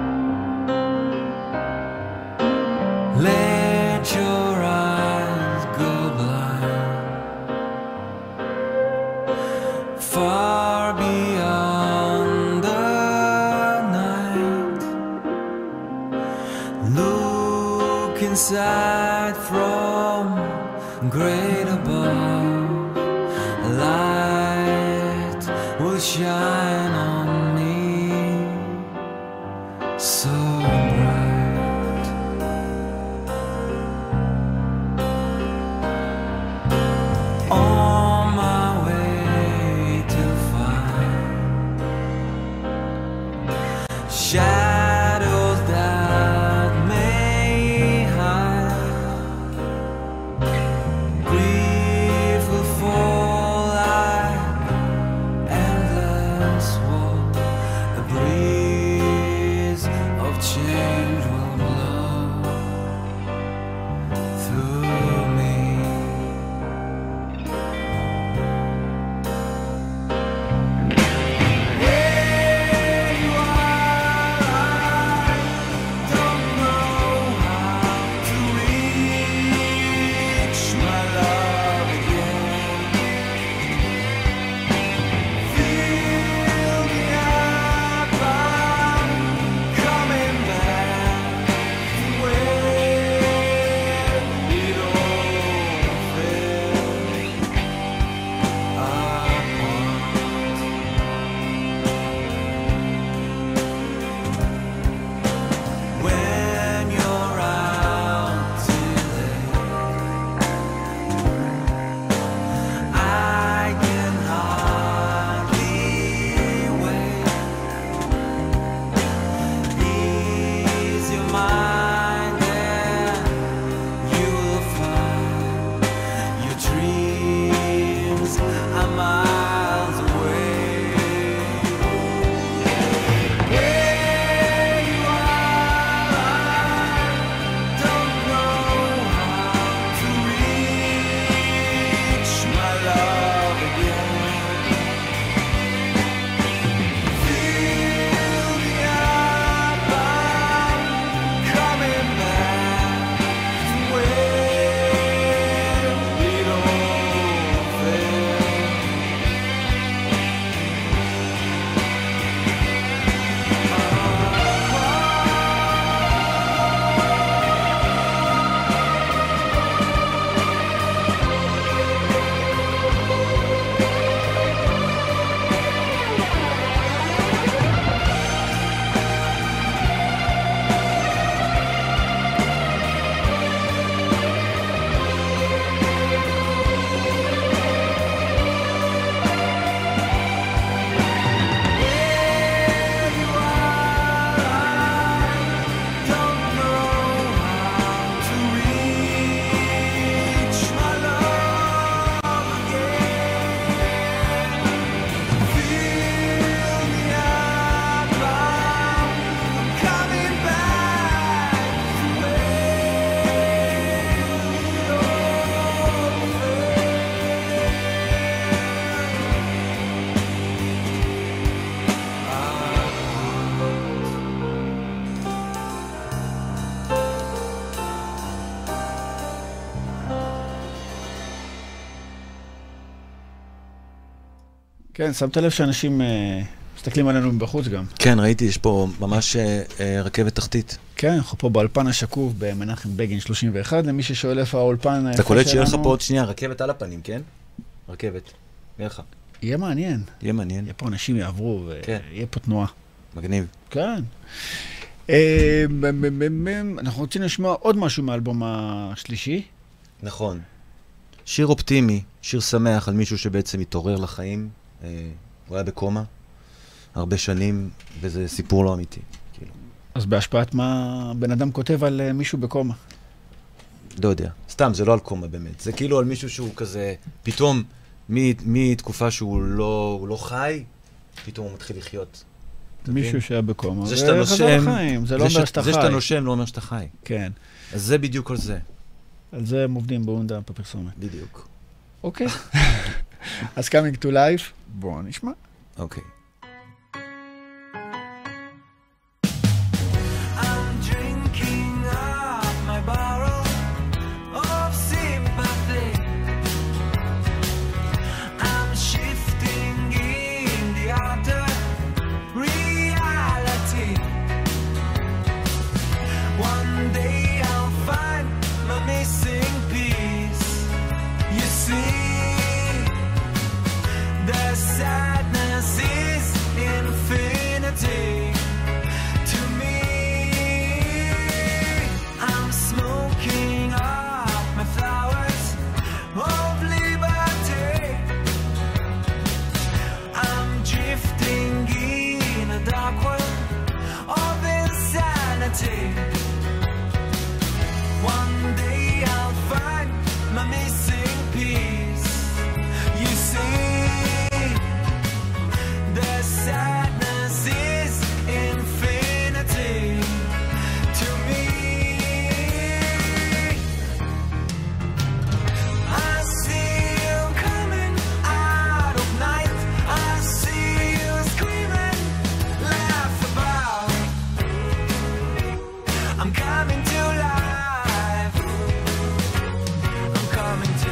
Let your eyes look inside from great above, a light will shine on me so bright. On my way to find shadows that may hide, grief will fall like endless wall, a breeze of change will blow through me. Where you are, I don't know how to reach my love again. Fill me up, I'm coming back to where it all fell apart. When you're out too late, I can hardly wait. Ease your mind and you will find your dreams are miles away. Where you are, I don't know how to reach my love again. Fill me up, I'm coming back to where it all fell. כן, שמת לב שאנשים מסתכלים עלינו מבחוץ גם. כן, ראיתי, יש פה ממש רכבת תחתית. כן, אנחנו פה באולפן השקוף במנחם בגין 31, למי ששואל איפה האולפן... אתה קולט שיהיה לך פה עוד שנייה, רכבת על הפנים, כן? רכבת, יהיה לך. יהיה מעניין. יהיה מעניין. יהיה פה אנשים יעברו, ויהיה פה תנועה. מגניב. כן. אנחנו רוצים לשמוע עוד משהו מהאלבום השלישי. נכון. שיר אופטימי, שיר שמח על מישהו שבעצם התעורר לחיים. הוא היה בקומה הרבה שנים, וזה סיפור לא אמיתי. כאילו. אז בהשפעת מה בן אדם כותב על מישהו בקומה? לא יודע. סתם, זה לא על קומה באמת. זה כאילו על מישהו שהוא כזה, פתאום, מתקופה שהוא לא חי, פתאום הוא מתחיל לחיות. מישהו שהיה בקומה, זה שאתה נושם, זה לא אומר שאתה חי. זה שאתה נושם לא אומר שאתה חי. כן. אז זה בדיוק על זה. על זה הם עובדים באונדה בפרסומת. בדיוק. אוקיי. אז coming to life, בואו נשמע. אוקיי. One day I'll find infinity. One day I'll find my missing piece. You see, the sadness is infinity to me. I see you coming out of night. I see you screaming, laugh about. I'm coming to life. I'm coming to.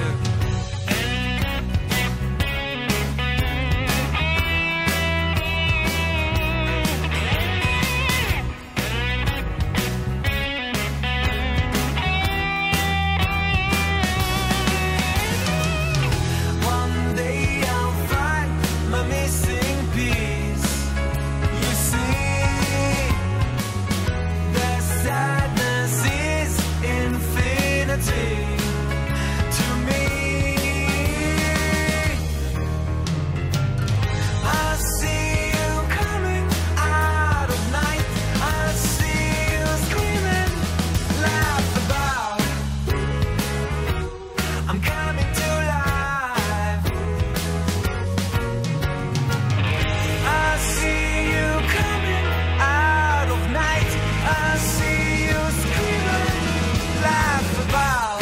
One day I'll find my missing piece. You see, the sadness is infinity to me. I see you coming out of night. I see you screaming, laugh about. I'm coming to life. I see you coming out of night. I see you screaming, laugh about.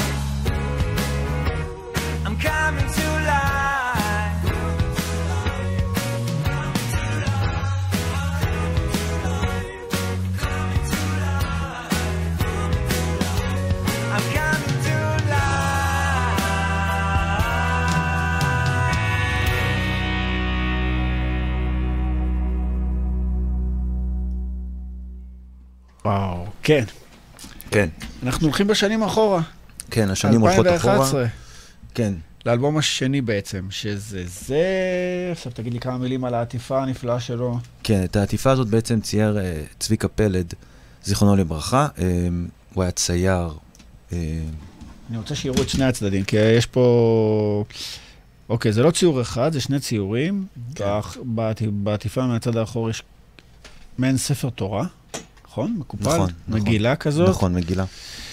I'm coming to life. I'm coming to life. וואו, כן. כן, אנחנו הולכים בשנים אחורה. כן, השנים הולכות אחורה. 2011. כן, לאלבום השני בעצם, שזה זה... עכשיו תגיד לי כמה מילים על העטיפה הנפלאה שלו. כן, את העטיפה הזאת בעצם צייר צביקה פלד, זיכרונו לברכה. הוא היה צייר. אני רוצה שיראו את שני הצדדים, כי יש פה... אוקיי, זה לא ציור אחד, זה שני ציורים. בעטיפה מהצד האחור יש מעין ספר תורה, נכון? מקופל? נכון, מגילה כזאת. נכון, מגילה.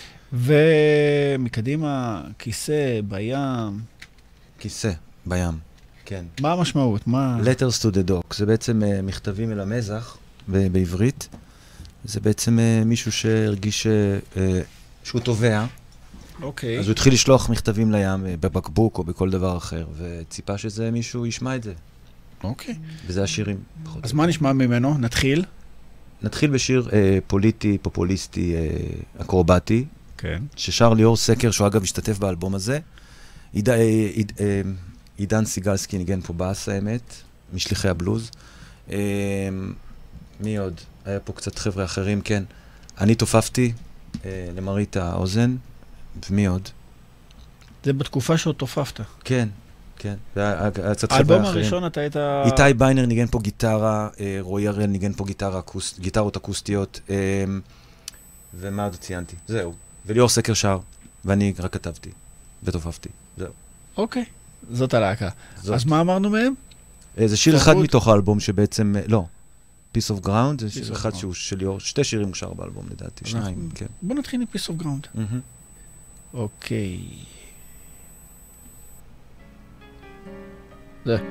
ומקדימה, כיסא בים. כיסא, בים. כן. מה המשמעות? מה... Letters to the Dock, זה בעצם מכתבים אל המזח בעברית. זה בעצם מישהו שהרגיש שהוא תובע. אוקיי. אז הוא התחיל לשלוח מכתבים לים בבקבוק או בכל דבר אחר, וציפה שזה מישהו ישמע את זה. אוקיי. וזה השירים. אז מה נשמע ממנו? נתחיל? נתחיל בשיר פוליטי, פופוליסטי, אקרובטי, כן. ששר ליאור סקר, שהוא אגב משתתף באלבום הזה. עידן סיגלסקי ניגן פה באס, האמת, משליחי הבלוז. מי עוד? היה פה קצת חבר'ה אחרים, כן. אני תופפתי למראית האוזן, ומי עוד? זה בתקופה שעוד תופפת. כן, כן. האלבום הראשון אתה היית... איתי ביינר ניגן פה גיטרה, רועי הראל ניגן פה גיטרות אקוסטיות, ומה עוד ציינתי? זהו. וליאור סקר שר, ואני רק כתבתי, ותופפתי. זהו. אוקיי, זאת הלהקה. אז מה אמרנו מהם? זה שיר אחד מתוך האלבום שבעצם, לא, Piece of Ground, זה שיר אחד שהוא של ליאור, שתי שירים הוא שר באלבום לדעתי, שניים, כן. בוא נתחיל עם Piece of Ground. אוקיי. זה.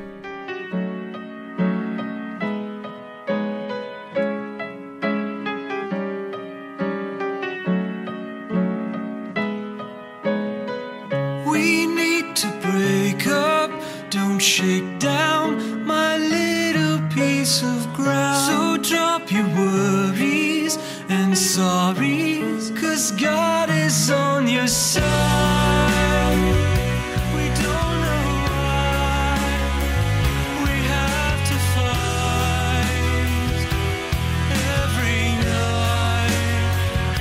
We need to break up, don't shake down my little piece of ground. So drop your worries and sorries, 'cause God is on your side. We don't know why we have to fight every night.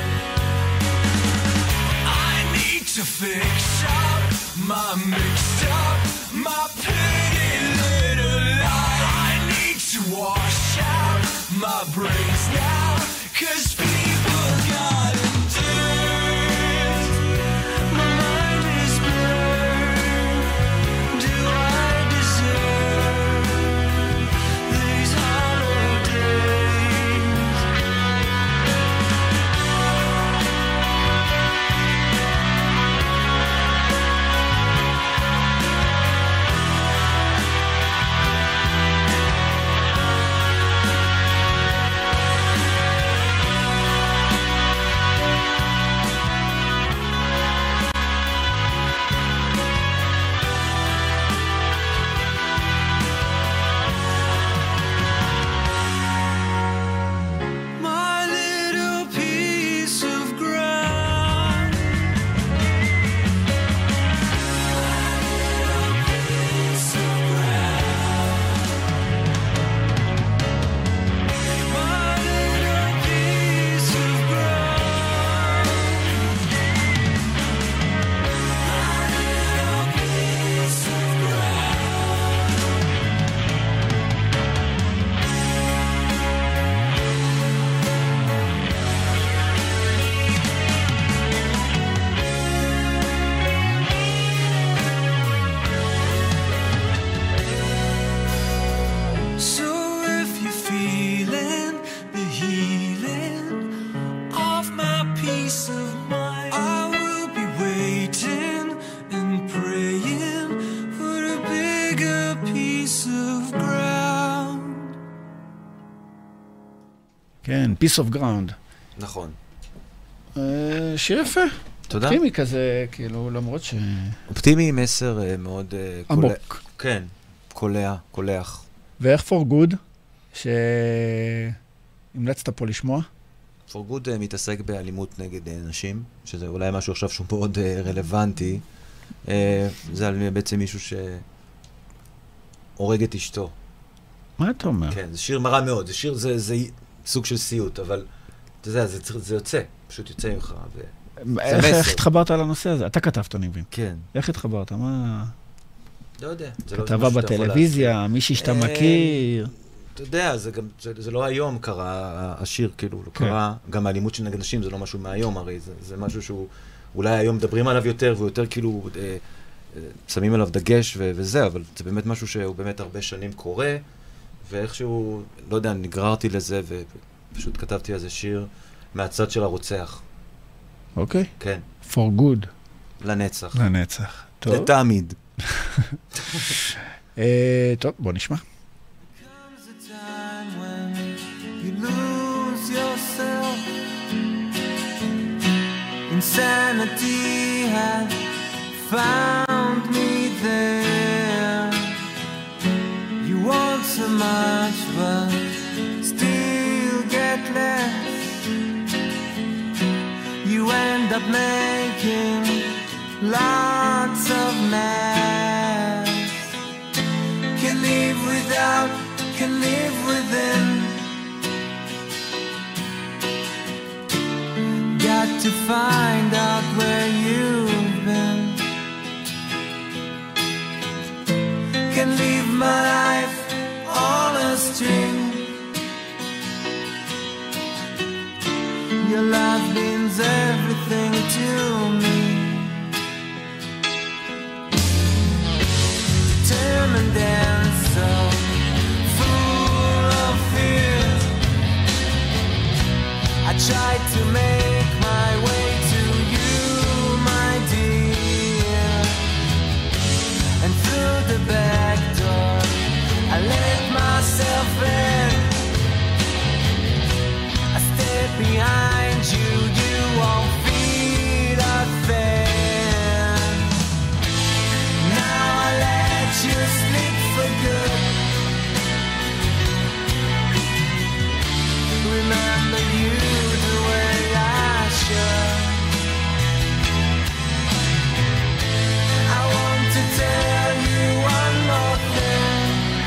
I need to fix up my mixed up, my pretty little life. I need to wash out my brains now, 'cause people got dirt. My mind is blurred. Do I deserve these holidays? כן, Piece of Ground. נכון. שיר יפה. תודה. אופטימי כזה, כאילו, למרות ש... אופטימי עם מסר מאוד... עמוק. כן, קולח. ואיך for good, שהמלצת פה לשמוע? for good מתעסק באלימות נגד נשים, שזה אולי משהו עכשיו שהוא מאוד רלוונטי. זה על בעצם מישהו שהורג את אשתו. מה אתה אומר? כן, זה שיר מראה מאוד. זה שיר, זה סוג של סיוט, אבל אתה יודע, זה יוצא, פשוט יוצא ממך. איך התחברת על הנושא הזה? אתה כתבת, אני מבין. כן. איך התחברת? מה... לא יודע. כתבה בטלוויזיה, מישי שאתה מכיר. אתה יודע, זה לא היום קרה, השיר כאילו, לא קרה, גם האלימות של נגד נשים זה לא משהו מהיום, הרי זה משהו שהוא, אולי היום מדברים עליו יותר, ויותר כאילו, שמים עליו דגש וזה, אבל זה באמת משהו שהוא באמת הרבה שנים קורה, ואיכשהו, לא יודע, נגררתי לזה, ופשוט כתבתי איזה שיר מהצד של הרוצח. אוקיי. כן. For good. לנצח. לנצח. טוב. לתמיד. טוב, בוא נשמע. Insanity had found me there. You want so much, but still get less. You end up making lots of mess. Can live without, can live within. Got to find out where you've been. Can live my life on a string. Your love means everything to me. Determined and so full of fear. I tried to make my way to you, my dear. And through the back door, I let myself in. I step behind you, you won't feel a thing. Now I let you sleep for good. Remember you the way I should. I want to tell you one more thing.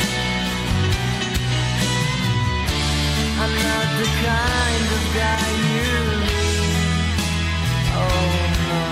I'm not the kind of guy you need. Oh no.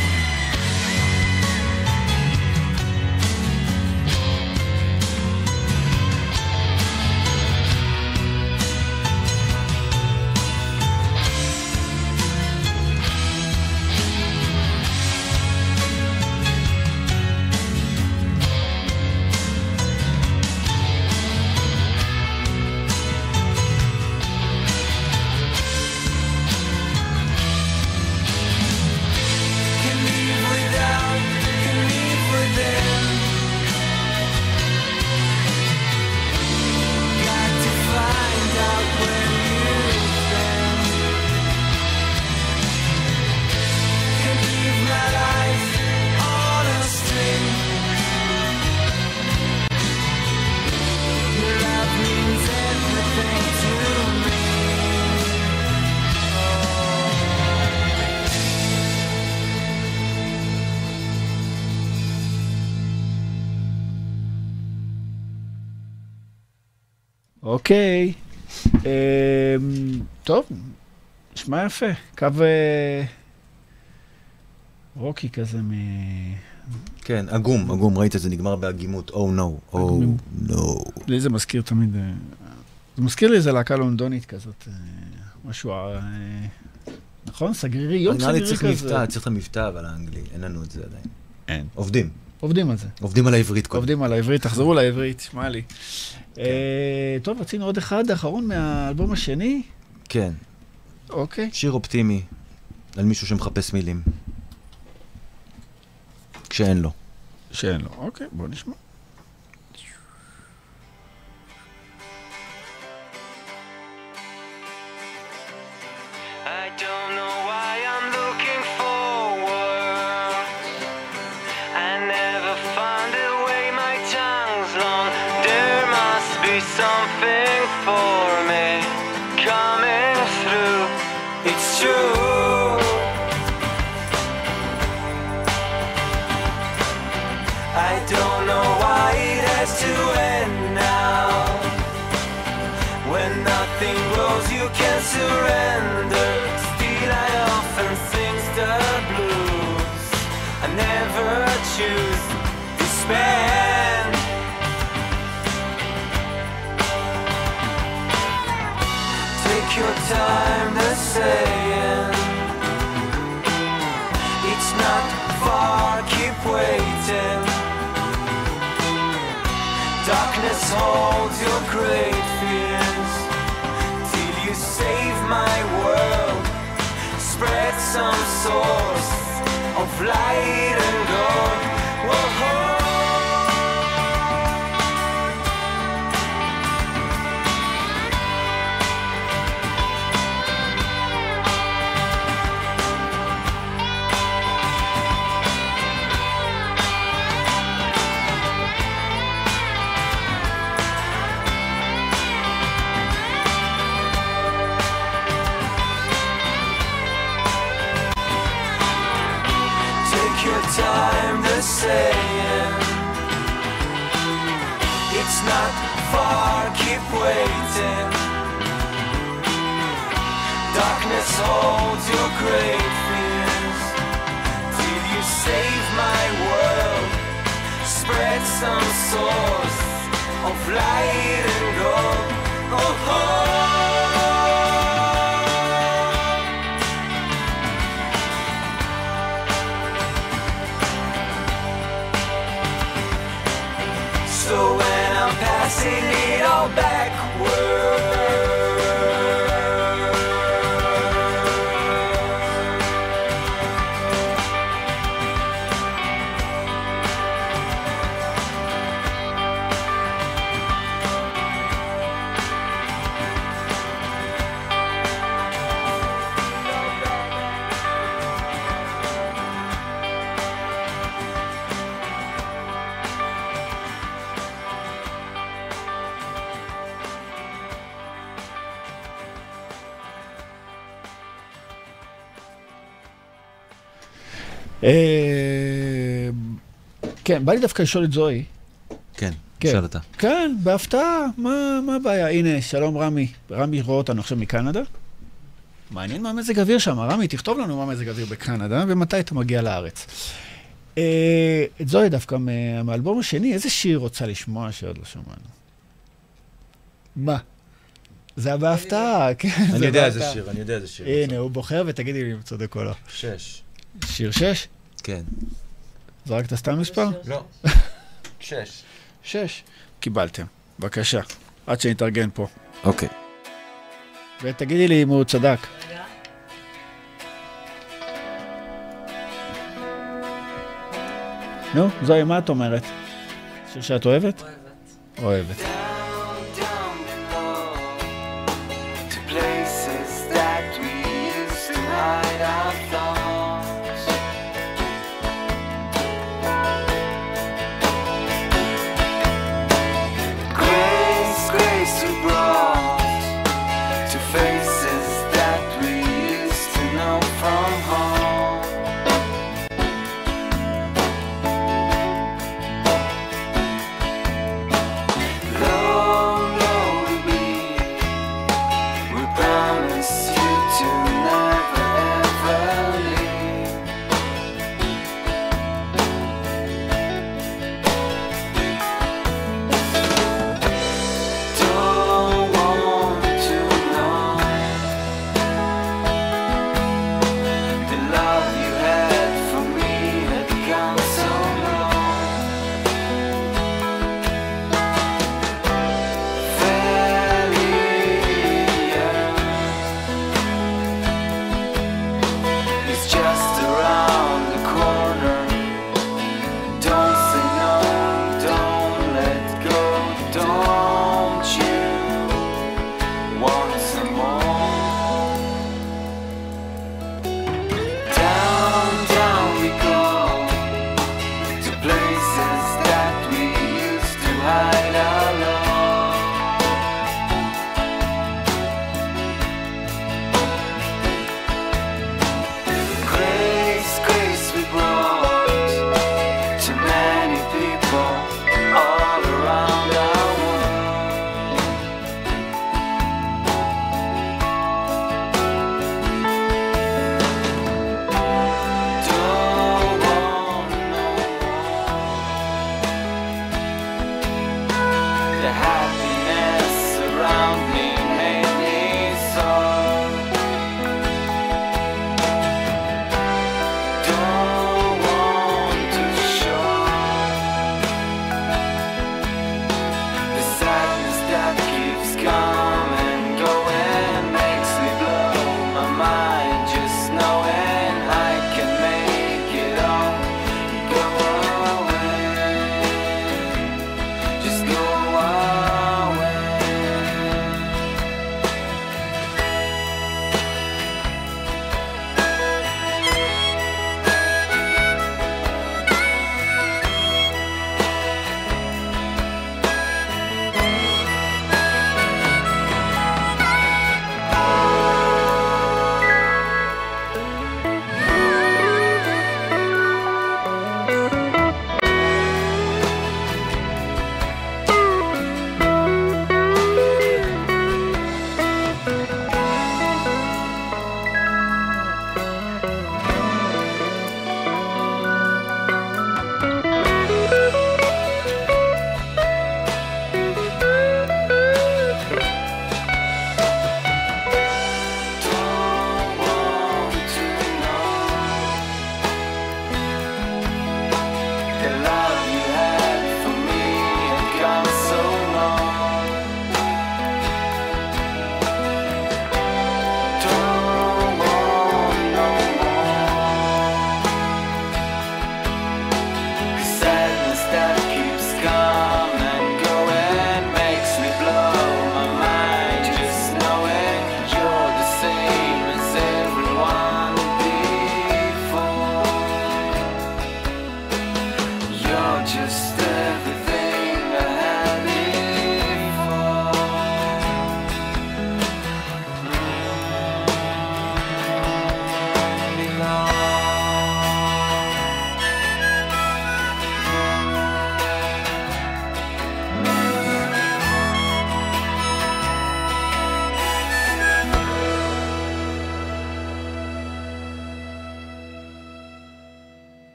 אוקיי. טוב, נשמע יפה. קו רוקי כזה מ... כן, אגום, ראית את זה נגמר בהגימות. Oh no, oh no. לי זה מזכיר תמיד... זה מזכיר לי איזה להקה לונדונית כזאת. משהו... נכון? סגרירי, יום סגרירי כזה. צריך את המבטא, אבל האנגלי. אין לנו את זה עדיין. אין. עובדים על זה. עובדים על העברית. עובדים על העברית, תחזרו לעברית, שמע לי. טוב, רצינו עוד אחד, האחרון מהאלבום השני. כן. אוקיי. שיר אופטימי על מישהו שמחפש מילים. כשאין לו. אוקיי, בוא נשמע. hold your great fears till you save my world. Spread some source of light and gold. Whoa. Time to say it. It's not far, keep waiting. Darkness holds your great fears till you save my world. Spread some source of light and gold. Oh, oh. So when I'm passing it all backwards, כן, בא לי דווקא לשאול את זוהי. כן, שאל אתה. כן, בהפתעה, מה הבעיה? הנה, שלום רמי. רמי רואה אותנו עכשיו מקנדה. מעניין מה מזג אוויר שם. רמי, תכתוב לנו מה מזג אוויר בקנדה, ומתי אתה מגיע לארץ. את זוהי דווקא מהאלבום השני, איזה שיר רוצה לשמוע שעוד לא שמענו? מה? זה היה בהפתעה, כן. אני יודע איזה שיר. הנה, הוא בוחר ותגידי לי אם צודק או לא. 6. שיר 6? כן. זרקת סתם מספר? לא. 6. 6. קיבלתם. בבקשה. עד שנתארגן פה. אוקיי. ותגידי לי אם הוא צדק. רגע. נו, זוהי, מה את אומרת? שיר שאת אוהבת? אוהבת. Promise you to never ever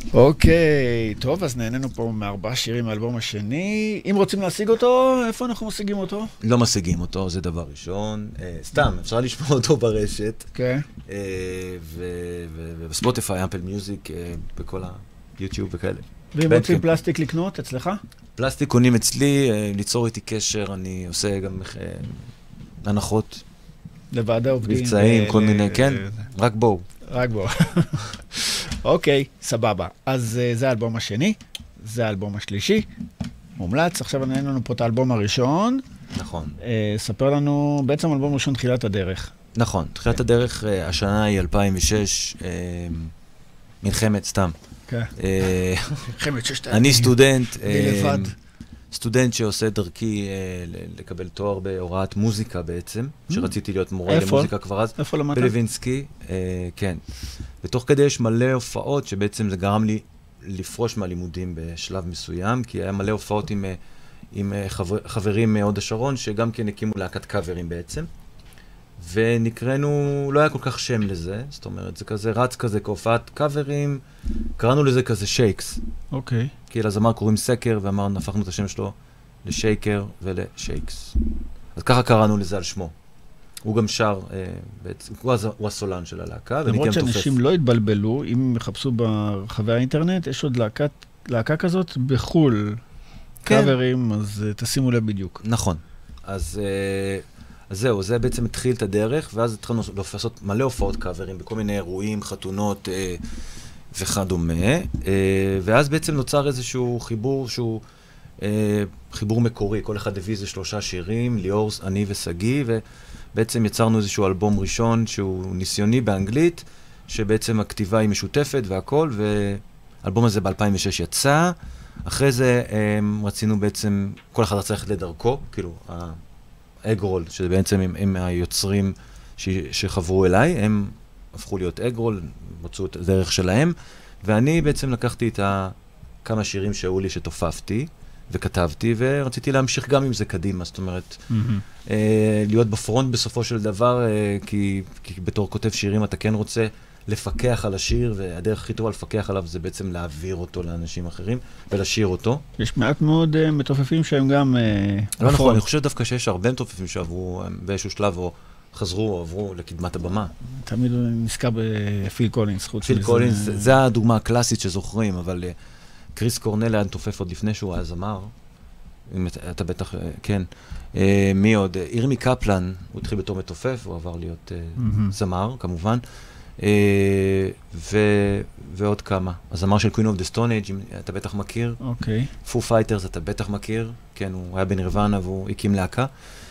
אוקיי, טוב, אז נהנינו פה מ4 שירים מהאלבום השני. אם רוצים להשיג אותו, איפה אנחנו משיגים אותו? לא משיגים אותו, זה דבר ראשון. סתם, אפשר לשמוע אותו ברשת. כן. ובספוטיפיי, אפל מיוזיק, בכל היוטיוב וכאלה. ואם רוצים פלסטיק לקנות, אצלך? פלסטיק קונים אצלי, ליצור איתי קשר, אני עושה גם הנחות. לוועדי עובדים. מבצעים, כל מיני, כן, רק בואו. רק בואו. אוקיי, סבבה. אז זה האלבום השני, זה האלבום השלישי. מומלץ, עכשיו נהנה לנו פה את האלבום הראשון. נכון. ספר לנו, בעצם אלבום ראשון תחילת הדרך. נכון, תחילת הדרך, השנה היא 2006, מלחמת סתם. כן. מלחמת 6 אני סטודנט. בלבד. סטודנט שעושה דרכי לקבל תואר בהוראת מוזיקה בעצם, שרציתי להיות מורה למוזיקה כבר אז. איפה למדת? בלווינסקי, כן. ותוך כדי יש מלא הופעות שבעצם זה גרם לי לפרוש מהלימודים בשלב מסוים, כי היה מלא הופעות עם חברים מהוד השרון, שגם כן הקימו להקת קאברים בעצם. ונקראנו, לא היה כל כך שם לזה, זאת אומרת, זה כזה רץ כזה כהופעת קאברים, קראנו לזה כזה שייקס. אוקיי. כי לזמר קוראים סקר, ואמרנו, הפכנו את השם שלו לשייקר ולשייקס. אז ככה קראנו לזה על שמו. הוא גם שר, הוא הסולן של הלהקה, למרות שאנשים לא התבלבלו, אם יחפשו ברחבי האינטרנט, יש עוד להקה כזאת בחול, קאברים, אז תשימו לב בדיוק. נכון. אז זהו, זה בעצם התחיל את הדרך, ואז התחלנו לעשות מלא הופעות קאברים, בכל מיני אירועים, חתונות וכדומה, ואז בעצם נוצר איזשהו חיבור שהוא חיבור מקורי, כל אחד הביא איזה 3 שירים, ליאור, אני וסגי, ובעצם יצרנו איזשהו אלבום ראשון שהוא ניסיוני באנגלית, שבעצם הכתיבה היא משותפת והכל, והאלבום הזה ב-2006 יצא, אחרי זה רצינו בעצם, כל אחד רצה ללכת לדרכו, כאילו, האגרול, שזה בעצם הם היוצרים שחברו אליי, הם הפכו להיות אגרול, מצאו את הדרך שלהם, ואני בעצם לקחתי את כמה שירים שהיו לי שתופפתי, וכתבתי, ורציתי להמשיך גם עם זה קדימה, זאת אומרת, להיות בפרונט בסופו של דבר, כי בתור כותב שירים אתה כן רוצה לפקח על השיר, והדרך הכי טובה לפקח עליו זה בעצם להעביר אותו לאנשים אחרים, ולשיר אותו. יש מעט מאוד מתופפים שהם גם... לא נכון, אני חושב דווקא שיש הרבה מתופפים שעברו באיזשהו שלב, או חזרו או עברו לקדמת הבמה. תמיד נזכר בפיל קולינס, חוץ מזה. פיל קולינס, זה הדוגמה הקלאסית שזוכרים, אבל קריס קורנל היה מתופף עוד לפני שהוא היה זמר. אתה בטח, כן. מי עוד? ירמי קפלן, הוא התחיל בתור מתופף, הוא עבר להיות זמר, כמובן. ועוד כמה. הזמר של Queen of the Stone Age, אתה בטח מכיר. אוקיי. Foo Fighters, אתה בטח מכיר. כן, הוא היה בנירוונה והוא הקים להקה.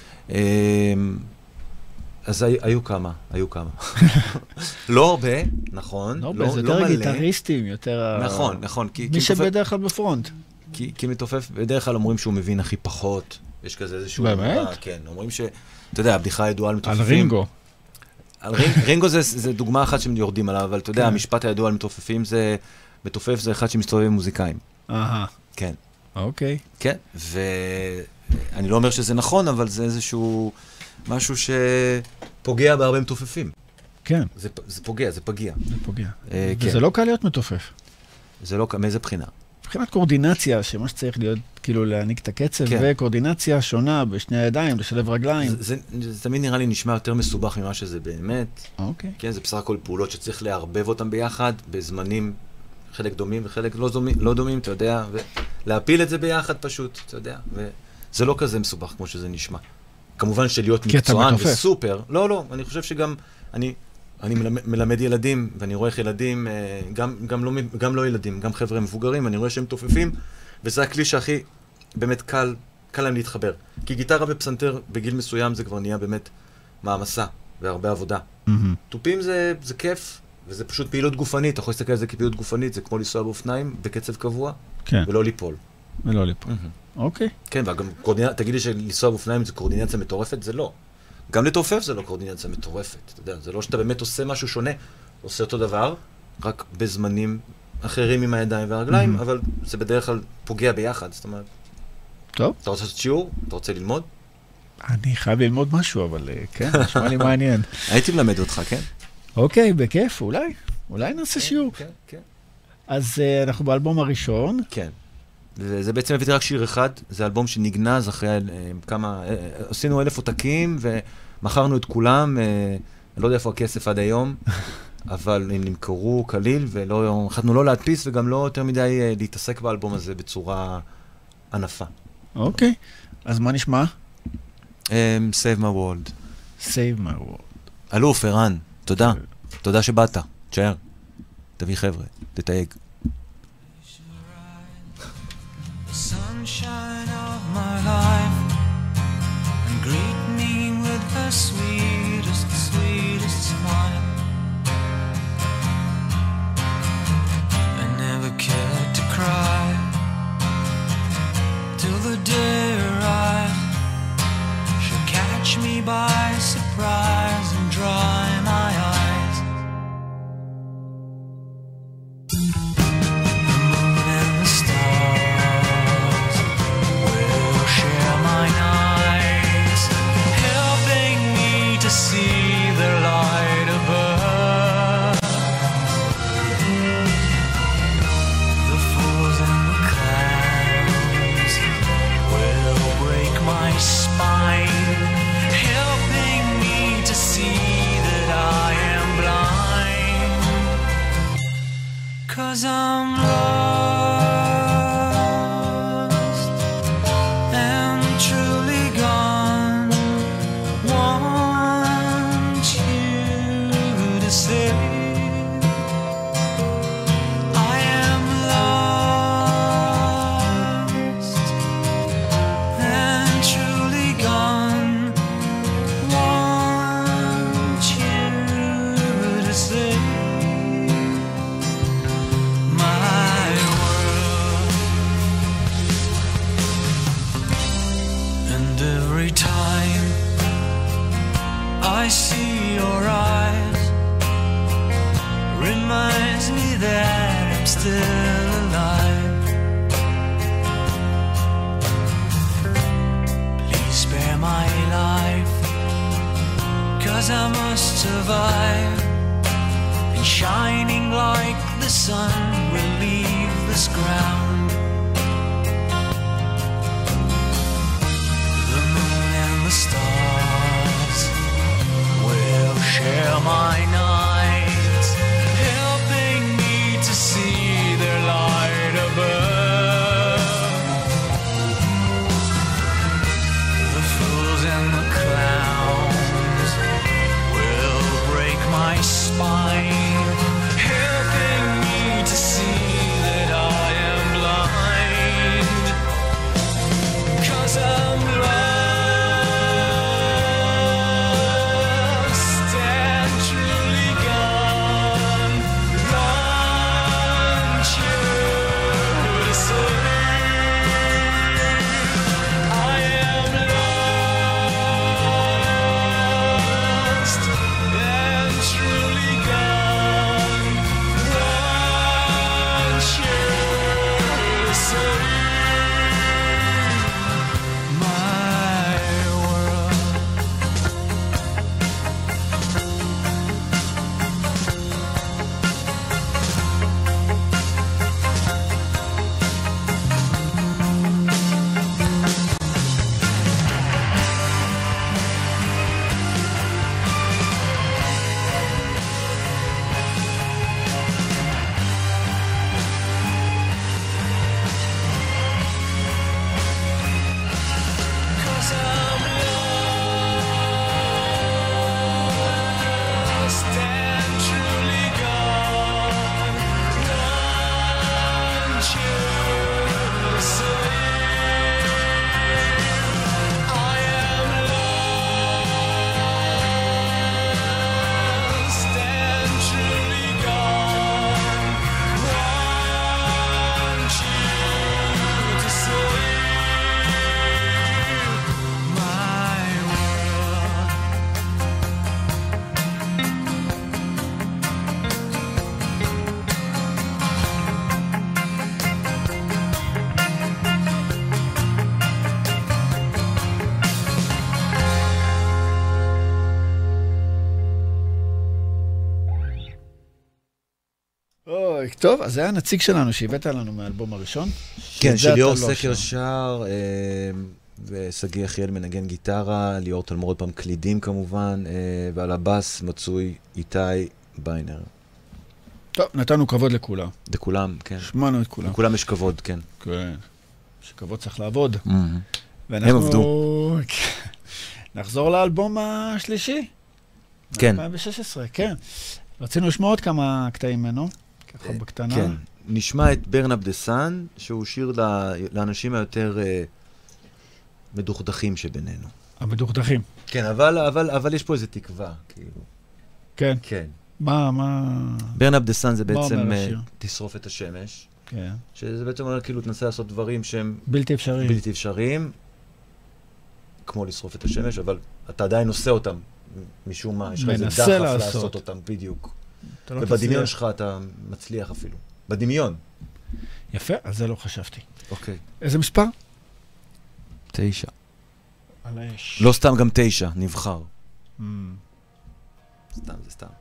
אז היו כמה. לא הרבה, נכון. לא הרבה, זה יותר גיטריסטים, יותר... נכון. מי שבדרך כלל בפרונט. כי מתופף, בדרך כלל אומרים שהוא מבין הכי פחות. יש כזה איזשהו... באמת? כן, אומרים ש... אתה יודע, הבדיחה הידועה על מתופפים. על רינגו. רינגו זה דוגמה אחת שהם יורדים עליו, אבל אתה יודע, המשפט הידוע על מתופפים זה... מתופף זה אחד שמסתובב עם מוזיקאים. כן. אוקיי. כן, ואני לא אומר שזה נכון, אבל זה איזשהו משהו שפוגע בהרבה מתופפים. כן. זה פוגע, זה פגיע. זה פוגע. וזה לא קל להיות מתופף. זה לא, מאיזה בחינה? מבחינת קורדינציה, שמה שצריך להיות, כאילו, להעניק את הקצב, וקורדינציה שונה בשני הידיים, לשלב רגליים. זה תמיד נראה לי נשמע יותר מסובך ממה שזה באמת. אוקיי. כן, זה בסך הכל פעולות שצריך לערבב אותם ביחד, בזמנים חלק דומים וחלק לא דומים, אתה יודע, ולהפיל את זה ביחד פשוט, אתה יודע, וזה לא כזה מסובך כמו שזה נשמע. כמובן שלהיות מקצוען וסופר, לא, אני חושב שגם, אני מלמד ילדים, ואני רואה איך ילדים, גם לא ילדים, גם חבר'ה מבוגרים, אני רואה שהם תופפים, וזה הכלי שהכי באמת קל להם להתחבר. כי גיטרה ופסנתר בגיל מסוים זה כבר נהיה באמת מעמסה והרבה עבודה. תופים זה כיף, וזה פשוט פעילות גופנית, אתה יכול להסתכל על זה כפעילות גופנית, זה כמו לנסוע באופניים בקצב קבוע, ולא ליפול. אוקיי. כן, וגם תגיד לי שלנסוע באופניים זה קורדינציה מטורפת, זה לא. גם לתופף זה לא קורדינציה מטורפת, אתה יודע, זה לא שאתה באמת עושה משהו שונה, עושה אותו דבר, רק בזמנים אחרים עם הידיים והרגליים, אבל זה בדרך כלל פוגע ביחד, זאת אומרת. טוב. אתה רוצה לעשות שיעור? אתה רוצה ללמוד? אני חייב ללמוד משהו, אבל כן, נשמע לי מעניין. הייתי מלמד אותך, כן? אוקיי, בכיף, אולי נעשה שיעור. כן. אז אנחנו באלבום הראשון. כן. וזה בעצם הבאתי רק שיר אחד, זה אלבום שנגנז אחרי כמה, עשינו 1,000 עותקים ומכרנו את כולם, לא יודע איפה הכסף עד היום, אבל הם נמכרו כליל, והחלטנו לא להדפיס וגם לא יותר מדי להתעסק באלבום הזה בצורה ענפה. אוקיי, אז מה נשמע? Save my world. Save my world. אלוף, ערן, תודה. תודה שבאת. תשאר. תביא חבר'ה, תתייג. Sunshine of my life, and greet me with the sweetest, sweetest smile. I never cared to cry till the day arrived. She'll catch me by surprise and dry my eyes. Cause I'm lost and truly gone. Want you to say I am lost and truly gone. Want you to say every time I see your eyes reminds me that I'm still alive. Please spare my life, 'cause I must survive, and shining like the sun will leave this ground. Stars will share my nights, helping me to see their light above. The fools and the clowns will break my spine, helping me to see that I am blind. אוי, טוב, אז זה היה הנציג שלנו שהבאת לנו מהאלבום הראשון. כן, של ליאור סקר שר, וסגי יחיאל מנגן גיטרה, ליאור תלמור פעם קלידים כמובן, ועל הבאס מצוי איתי ביינר. טוב, נתנו כבוד לכולם. לכולם, כן. שמענו את כולם. לכולם יש כבוד, כן. כן. שכבוד צריך לעבוד. הם עבדו. נחזור לאלבום השלישי. כן. 2016, כן. רצינו לשמוע עוד כמה קטעים ממנו, ככה בקטנה. כן. נשמע את ברן אב דה סאן, שהוא שיר לאנשים היותר מדוכדכים שבינינו. המדוכדכים. כן, אבל יש פה איזו תקווה, כאילו. כן. כן. מה? ברן אב דה סאן זה בעצם תשרוף את השמש. כן. שזה בעצם אומר, כאילו, תנסה לעשות דברים שהם בלתי אפשריים. בלתי אפשריים, כמו לשרוף את השמש, אבל אתה עדיין עושה אותם משום מה. יש לך איזה דחף לעשות אותם, בדיוק. ובדמיון שלך אתה מצליח אפילו. בדמיון. יפה, על זה לא חשבתי. אוקיי. איזה מספר? 9. על האש. לא סתם גם 9, נבחר. סתם, זה סתם.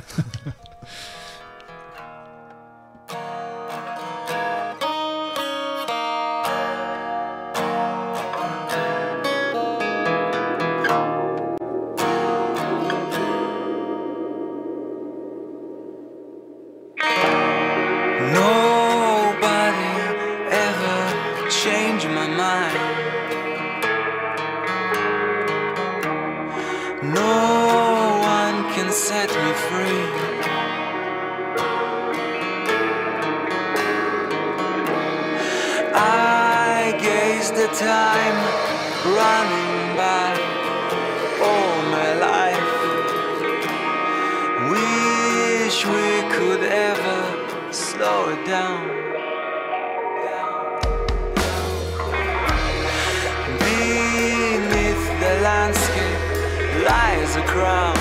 Time running by all my life. Wish we could ever slow it down. Beneath the landscape lies a crown,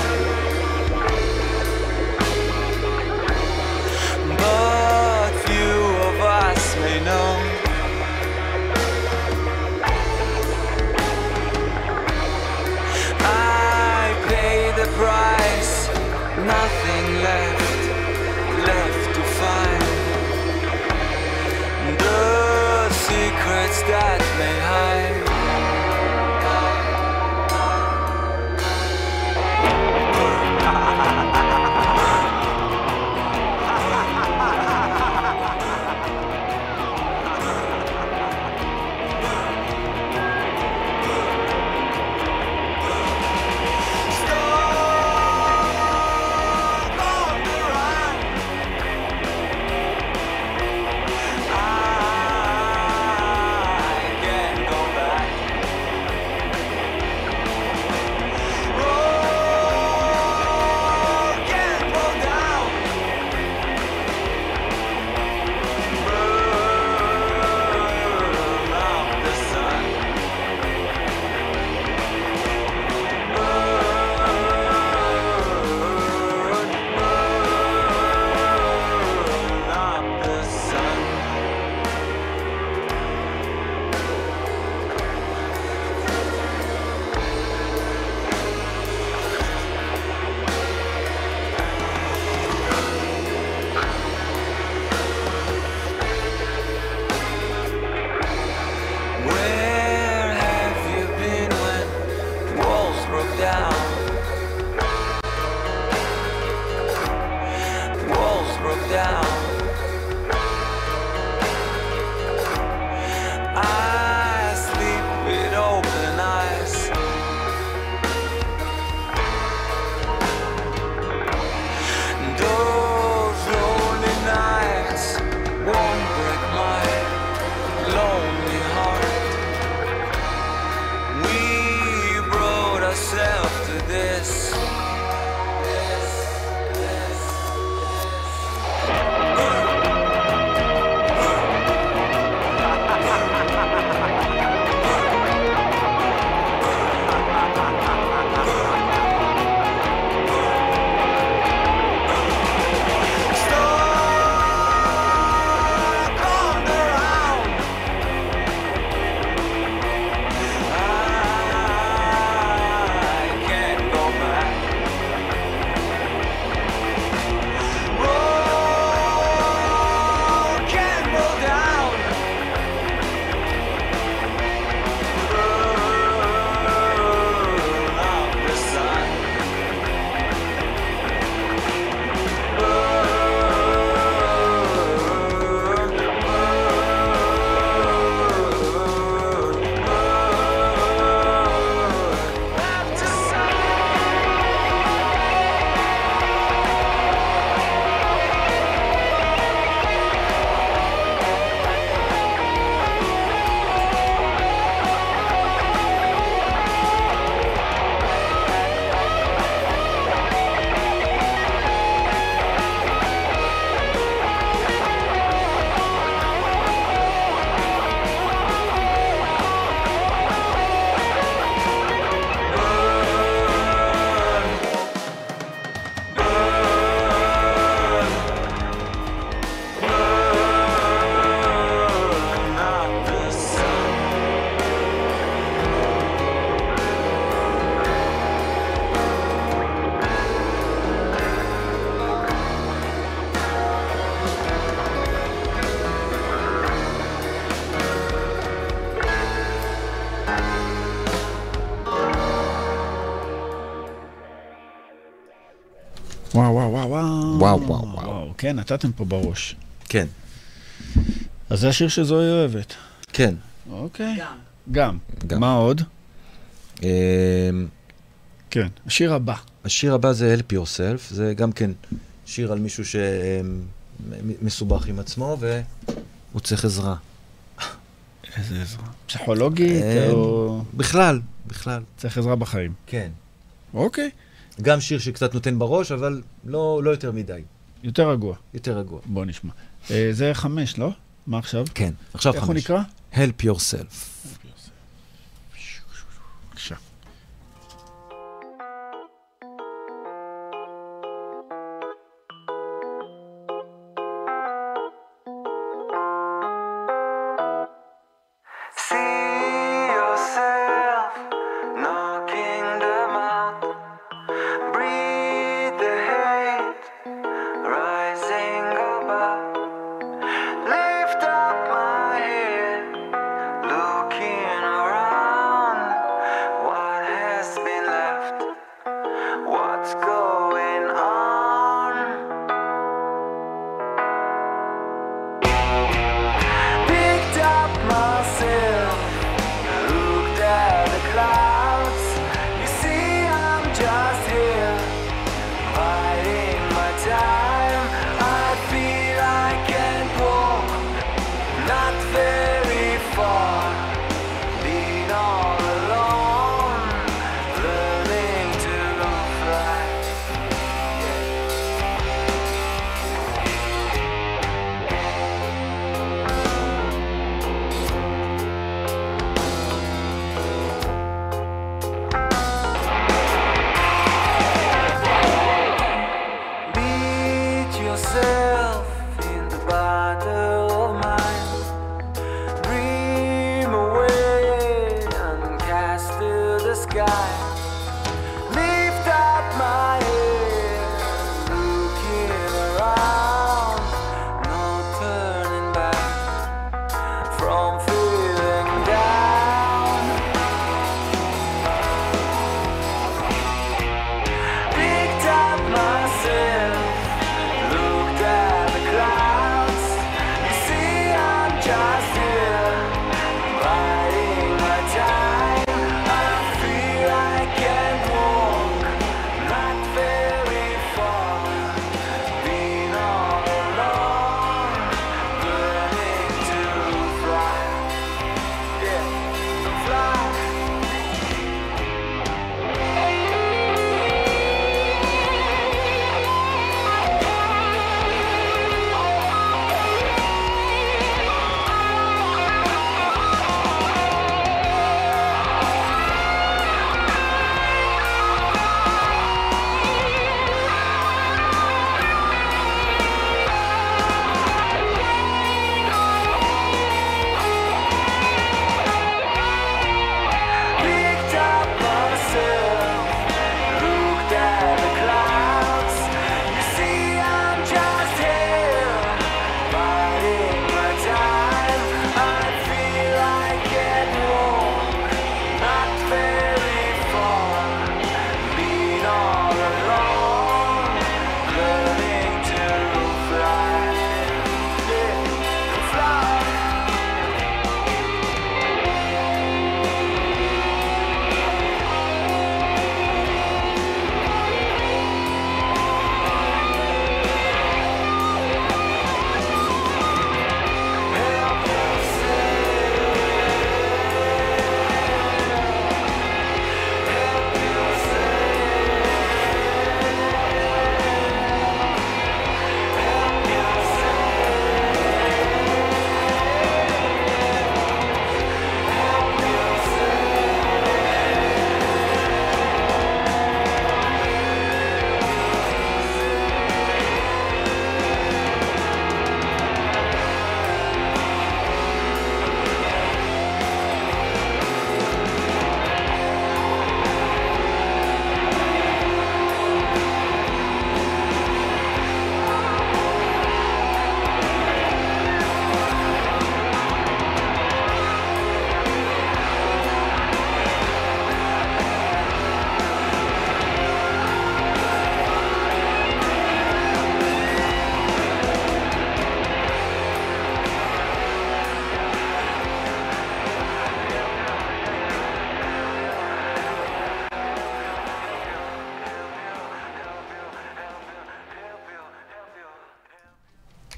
but few of us may know. Price, nothing left to find. The secrets that may hide. Go back. וואו, וואו, וואו, וואו. וואו, וואו, וואו. כן, נתתם פה בראש. כן. אז זה השיר שזוהי אוהבת. כן. אוקיי. גם. גם. מה עוד? כן, השיר הבא. השיר הבא זה Help Yourself, זה גם כן שיר על מישהו שמסובך עם עצמו והוא צריך עזרה. איזה עזרה? פסיכולוגית או... בכלל. צריך עזרה בחיים. כן. אוקיי. גם שיר שקצת נותן בראש, אבל לא יותר מדי. יותר רגוע. יותר רגוע. בוא נשמע. זה 5, לא? מה עכשיו? כן, עכשיו 5. איך הוא נקרא? Help Yourself. בבקשה. Looking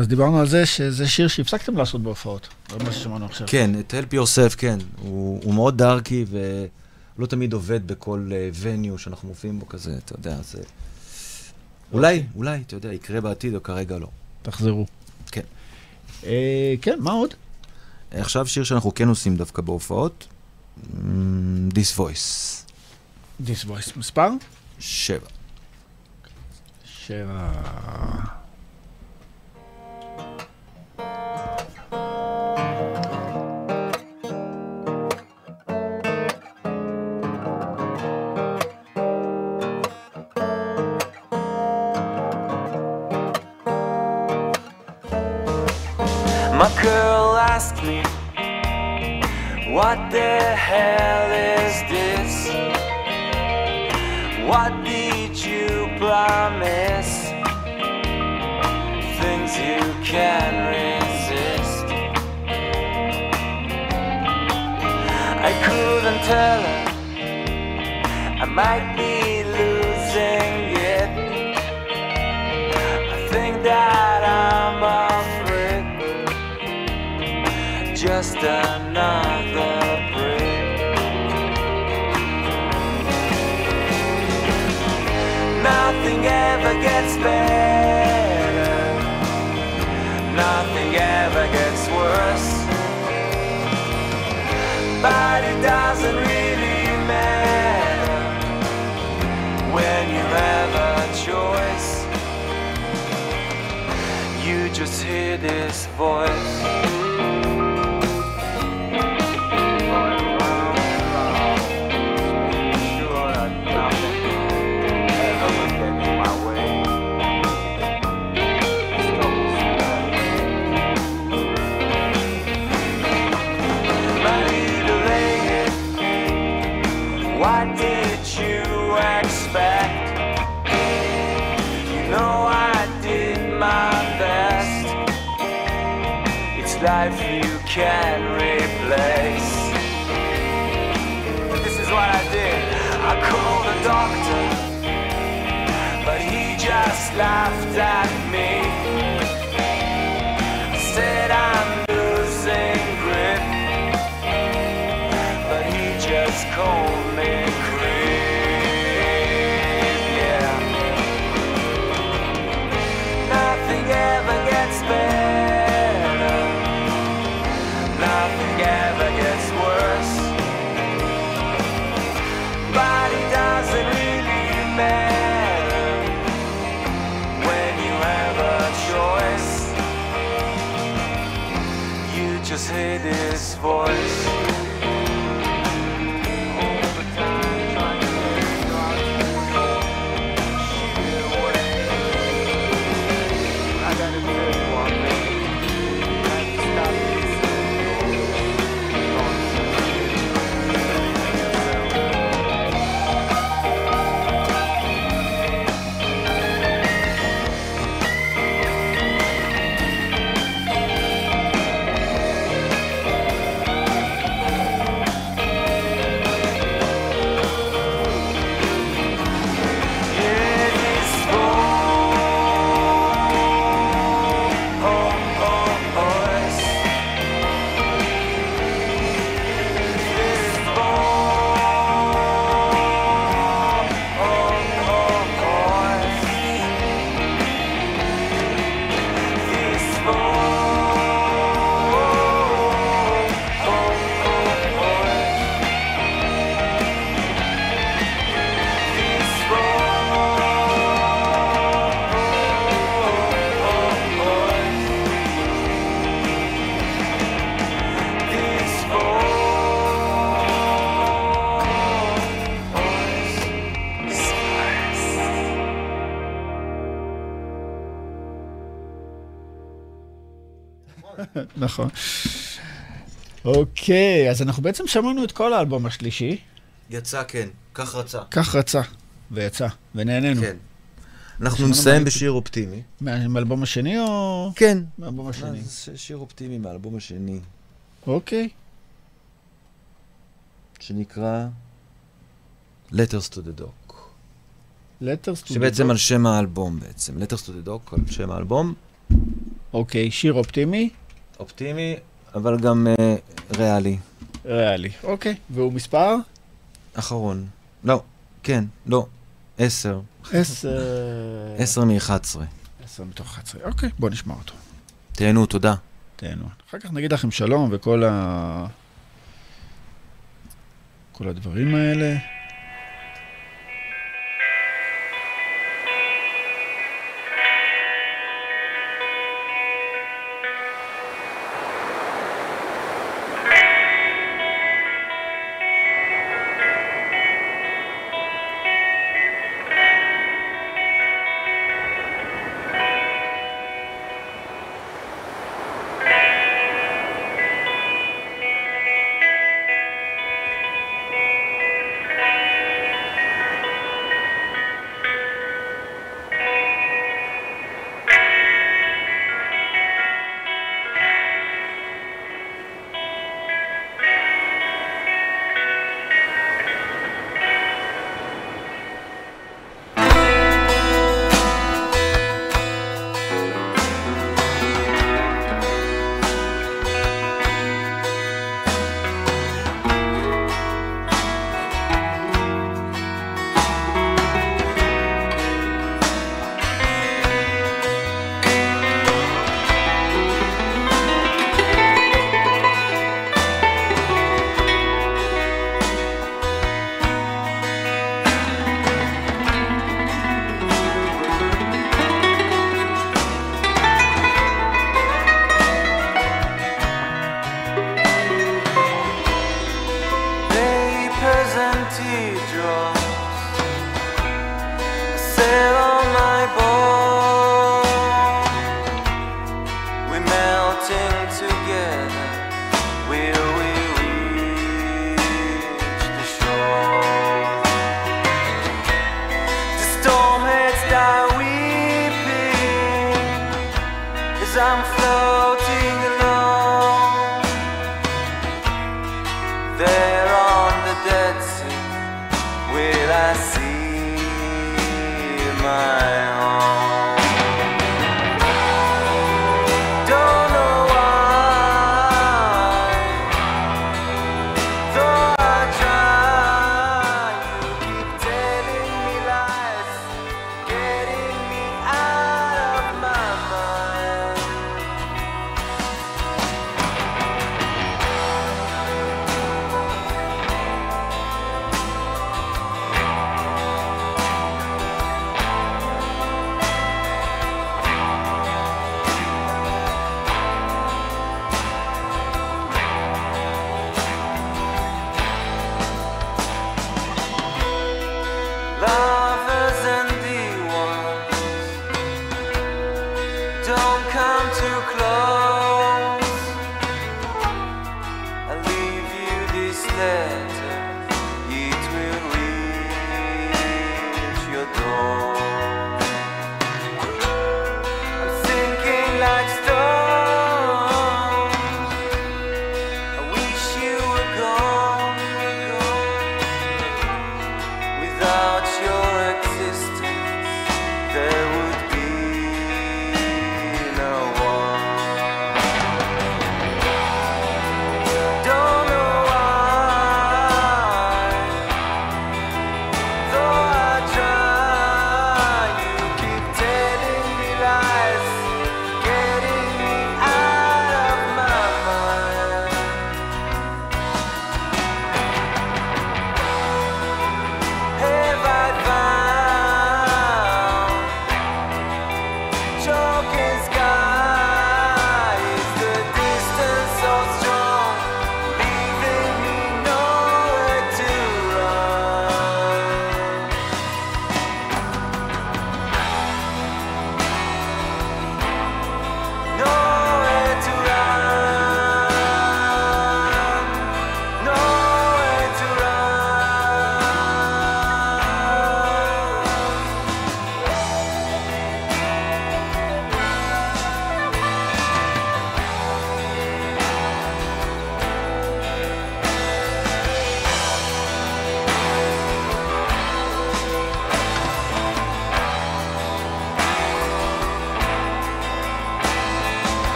אז דיברנו על זה שזה שיר שהפסקתם לעשות בהופעות. זה מה ששמענו עכשיו. כן, את Help Yourself, כן. הוא מאוד דארקי ולא תמיד עובד בכל וניו שאנחנו מופיעים בו כזה, אתה יודע, זה... אולי, אתה יודע, יקרה בעתיד או כרגע לא. תחזרו. כן. כן, מה עוד? עכשיו שיר שאנחנו כן עושים דווקא בהופעות, This Voice. This Voice. מספר? 7. 7. My girl asked me, what the hell is this? What did you promise? Things you can resist. I couldn't tell her, I might be losing it. I think that I'm afraid, just another break. Nothing ever gets better, nothing ever gets worse, but it doesn't really matter when you have a choice. You just hear this voice. What did you expect? You know I did my best. It's life you can replace. This is what I did. I called a doctor, but he just laughed at me. Said I'm losing grip, but he just called me creep, yeah. Nothing ever gets better, nothing ever gets worse, but it doesn't really matter when you have a choice. You just hear this voice. נכון. אוקיי, אז אנחנו בעצם שמענו את כל האלבום השלישי. יצא, כן. כך רצה. כך רצה, ויצא, ונהנינו. כן. אנחנו נסיים בשיר אופטימי. מהאלבום השני או... כן. מהאלבום השני. זה שיר אופטימי מהאלבום השני. אוקיי. שנקרא Letters to the Dog. Letters to the Dog. שבעצם על שם האלבום בעצם. Letters to the Dog, על שם האלבום. אוקיי, שיר אופטימי? אופטימי, אבל גם ריאלי. ריאלי, אוקיי. והוא מספר? אחרון. לא, כן, לא. 10. 10. 10 מ-11. 10 מתוך 11. אוקיי, בוא נשמע אותו. תהנו, תודה. תהנו. אחר כך נגיד לכם שלום וכל כל הדברים האלה.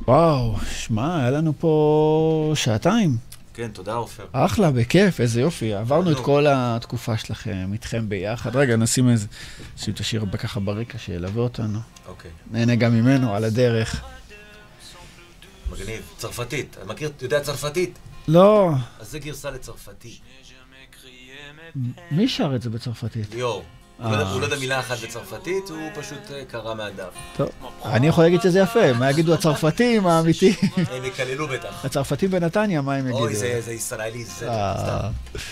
וואו, שמע, היה לנו פה שעתיים. כן, תודה עופר. אחלה, בכיף, איזה יופי. עברנו את כל התקופה שלכם, איתכם ביחד. רגע, נשים איזה שיר ככה ברקע שילווה אותנו. אוקיי. נהנה גם ממנו, על הדרך. מגניב, צרפתית. אני מכיר, יודע צרפתית? לא. אז זה גרסה לצרפתית. מי שר את זה בצרפתית? ליאור. הוא לא יודע מילה אחת בצרפתית, הוא פשוט קרא מהדף. טוב, אני יכול להגיד שזה יפה. מה יגידו הצרפתים האמיתיים? הם יקללו בטח. הצרפתים בנתניה, מה הם יגידו? אוי, זה ישראלי, זה סתם.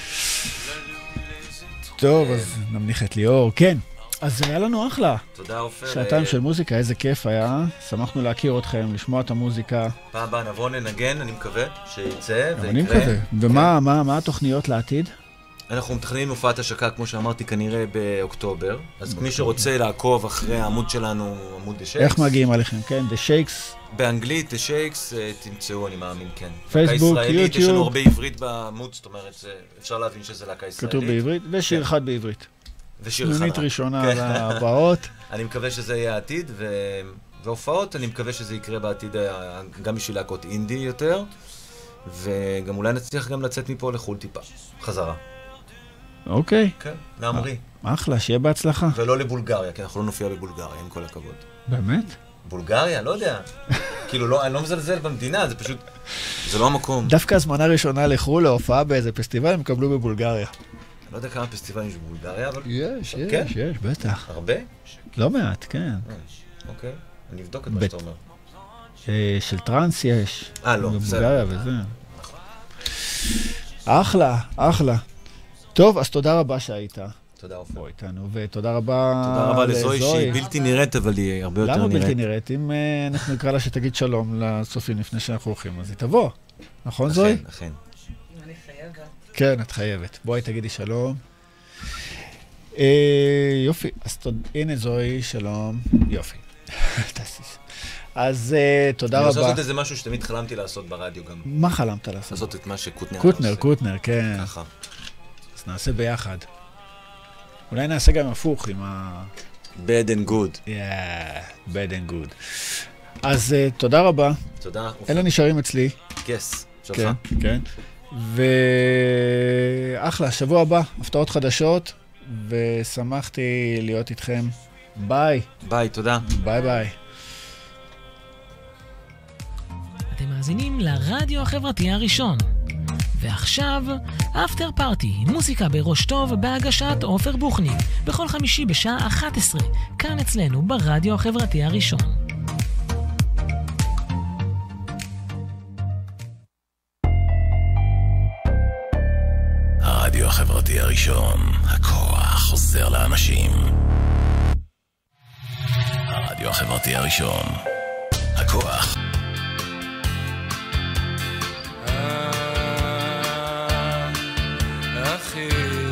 טוב, אז נמליך את ליאור. כן, אז היה לנו אחלה. תודה עופר. שעתיים של מוזיקה, איזה כיף היה. שמחנו להכיר אתכם, לשמוע את המוזיקה. פעם הבאה נבוא ננגן, אני מקווה שיצא ויקרה. אני מקווה. ומה התוכניות לעתיד? אנחנו מתכננים הופעת השקה, כמו שאמרתי, כנראה באוקטובר. אז מי שרוצה לעקוב אחרי העמוד שלנו, עמוד The Shakes. איך מגיעים עליכם? כן, The Shakes. באנגלית, The Shakes, תמצאו, אני מאמין, כן. פייסבוק, יוטיוב. יש לנו הרבה עברית בעמוד, זאת אומרת, אפשר להבין שזה להקה ישראלית. כתוב בעברית, ושיר אחד בעברית. ושיר אחד. סנונית ראשונה על הבאות. אני מקווה שזה יהיה העתיד, והופעות, אני מקווה שזה יקרה בעתיד גם בשביל להקות אינדי יותר, וגם אולי נצליח גם לצאת מפה לחול טיפה, חזרה. אוקיי. כן, להמריא. אחלה, שיהיה בהצלחה. ולא לבולגריה, כי אנחנו לא נופיע בבולגריה, עם כל הכבוד. באמת? בולגריה? לא יודע. כאילו, לא, אני לא מזלזל במדינה, זה פשוט, זה לא המקום. דווקא הזמנה ראשונה לחול להופעה באיזה פסטיבל, הם קבלו בבולגריה. אני לא יודע כמה פסטיבלים יש בבולגריה, אבל... יש, בטח. הרבה? לא מעט, כן. אוקיי, אני אבדוק את מה שאתה אומר. של טרנס יש. לא, בבולגריה וזה. אחלה. טוב, אז תודה רבה שהיית. תודה עופר. פה איתנו, ותודה רבה לזוהי שהיא בלתי נראית, אבל היא הרבה יותר נראית. למה בלתי נראית? אם אנחנו נקרא לה שתגיד שלום לסופים לפני שאנחנו הולכים, אז היא תבוא. נכון זוהי? אכן. אני חייבת. כן, את חייבת. בואי תגידי שלום. יופי, אז הנה זוהי, שלום. יופי. אז תודה רבה. אני רוצה לעשות איזה משהו שתמיד חלמתי לעשות ברדיו גם. מה חלמת לעשות? לעשות את מה שקוטנר עושה. קוטנר, כן. ככה. אז נעשה ביחד. אולי נעשה גם הפוך עם ה... bad and good. bad and good. אז תודה רבה. תודה. אלה נשארים אצלי. כס, שלך. כן. ואחלה, שבוע הבא, הפתעות חדשות, ושמחתי להיות איתכם. ביי. ביי, תודה. ביי. אתם מאזינים לרדיו החברתי הראשון. ועכשיו, אפטר פארטי, מוזיקה בראש טוב בהגשת עופר בוכניק, בכל חמישי בשעה 11, כאן אצלנו ברדיו החברתי הראשון. הרדיו החברתי הראשון, הכוח חוזר לאנשים. הרדיו החברתי הראשון, הכוח. אחי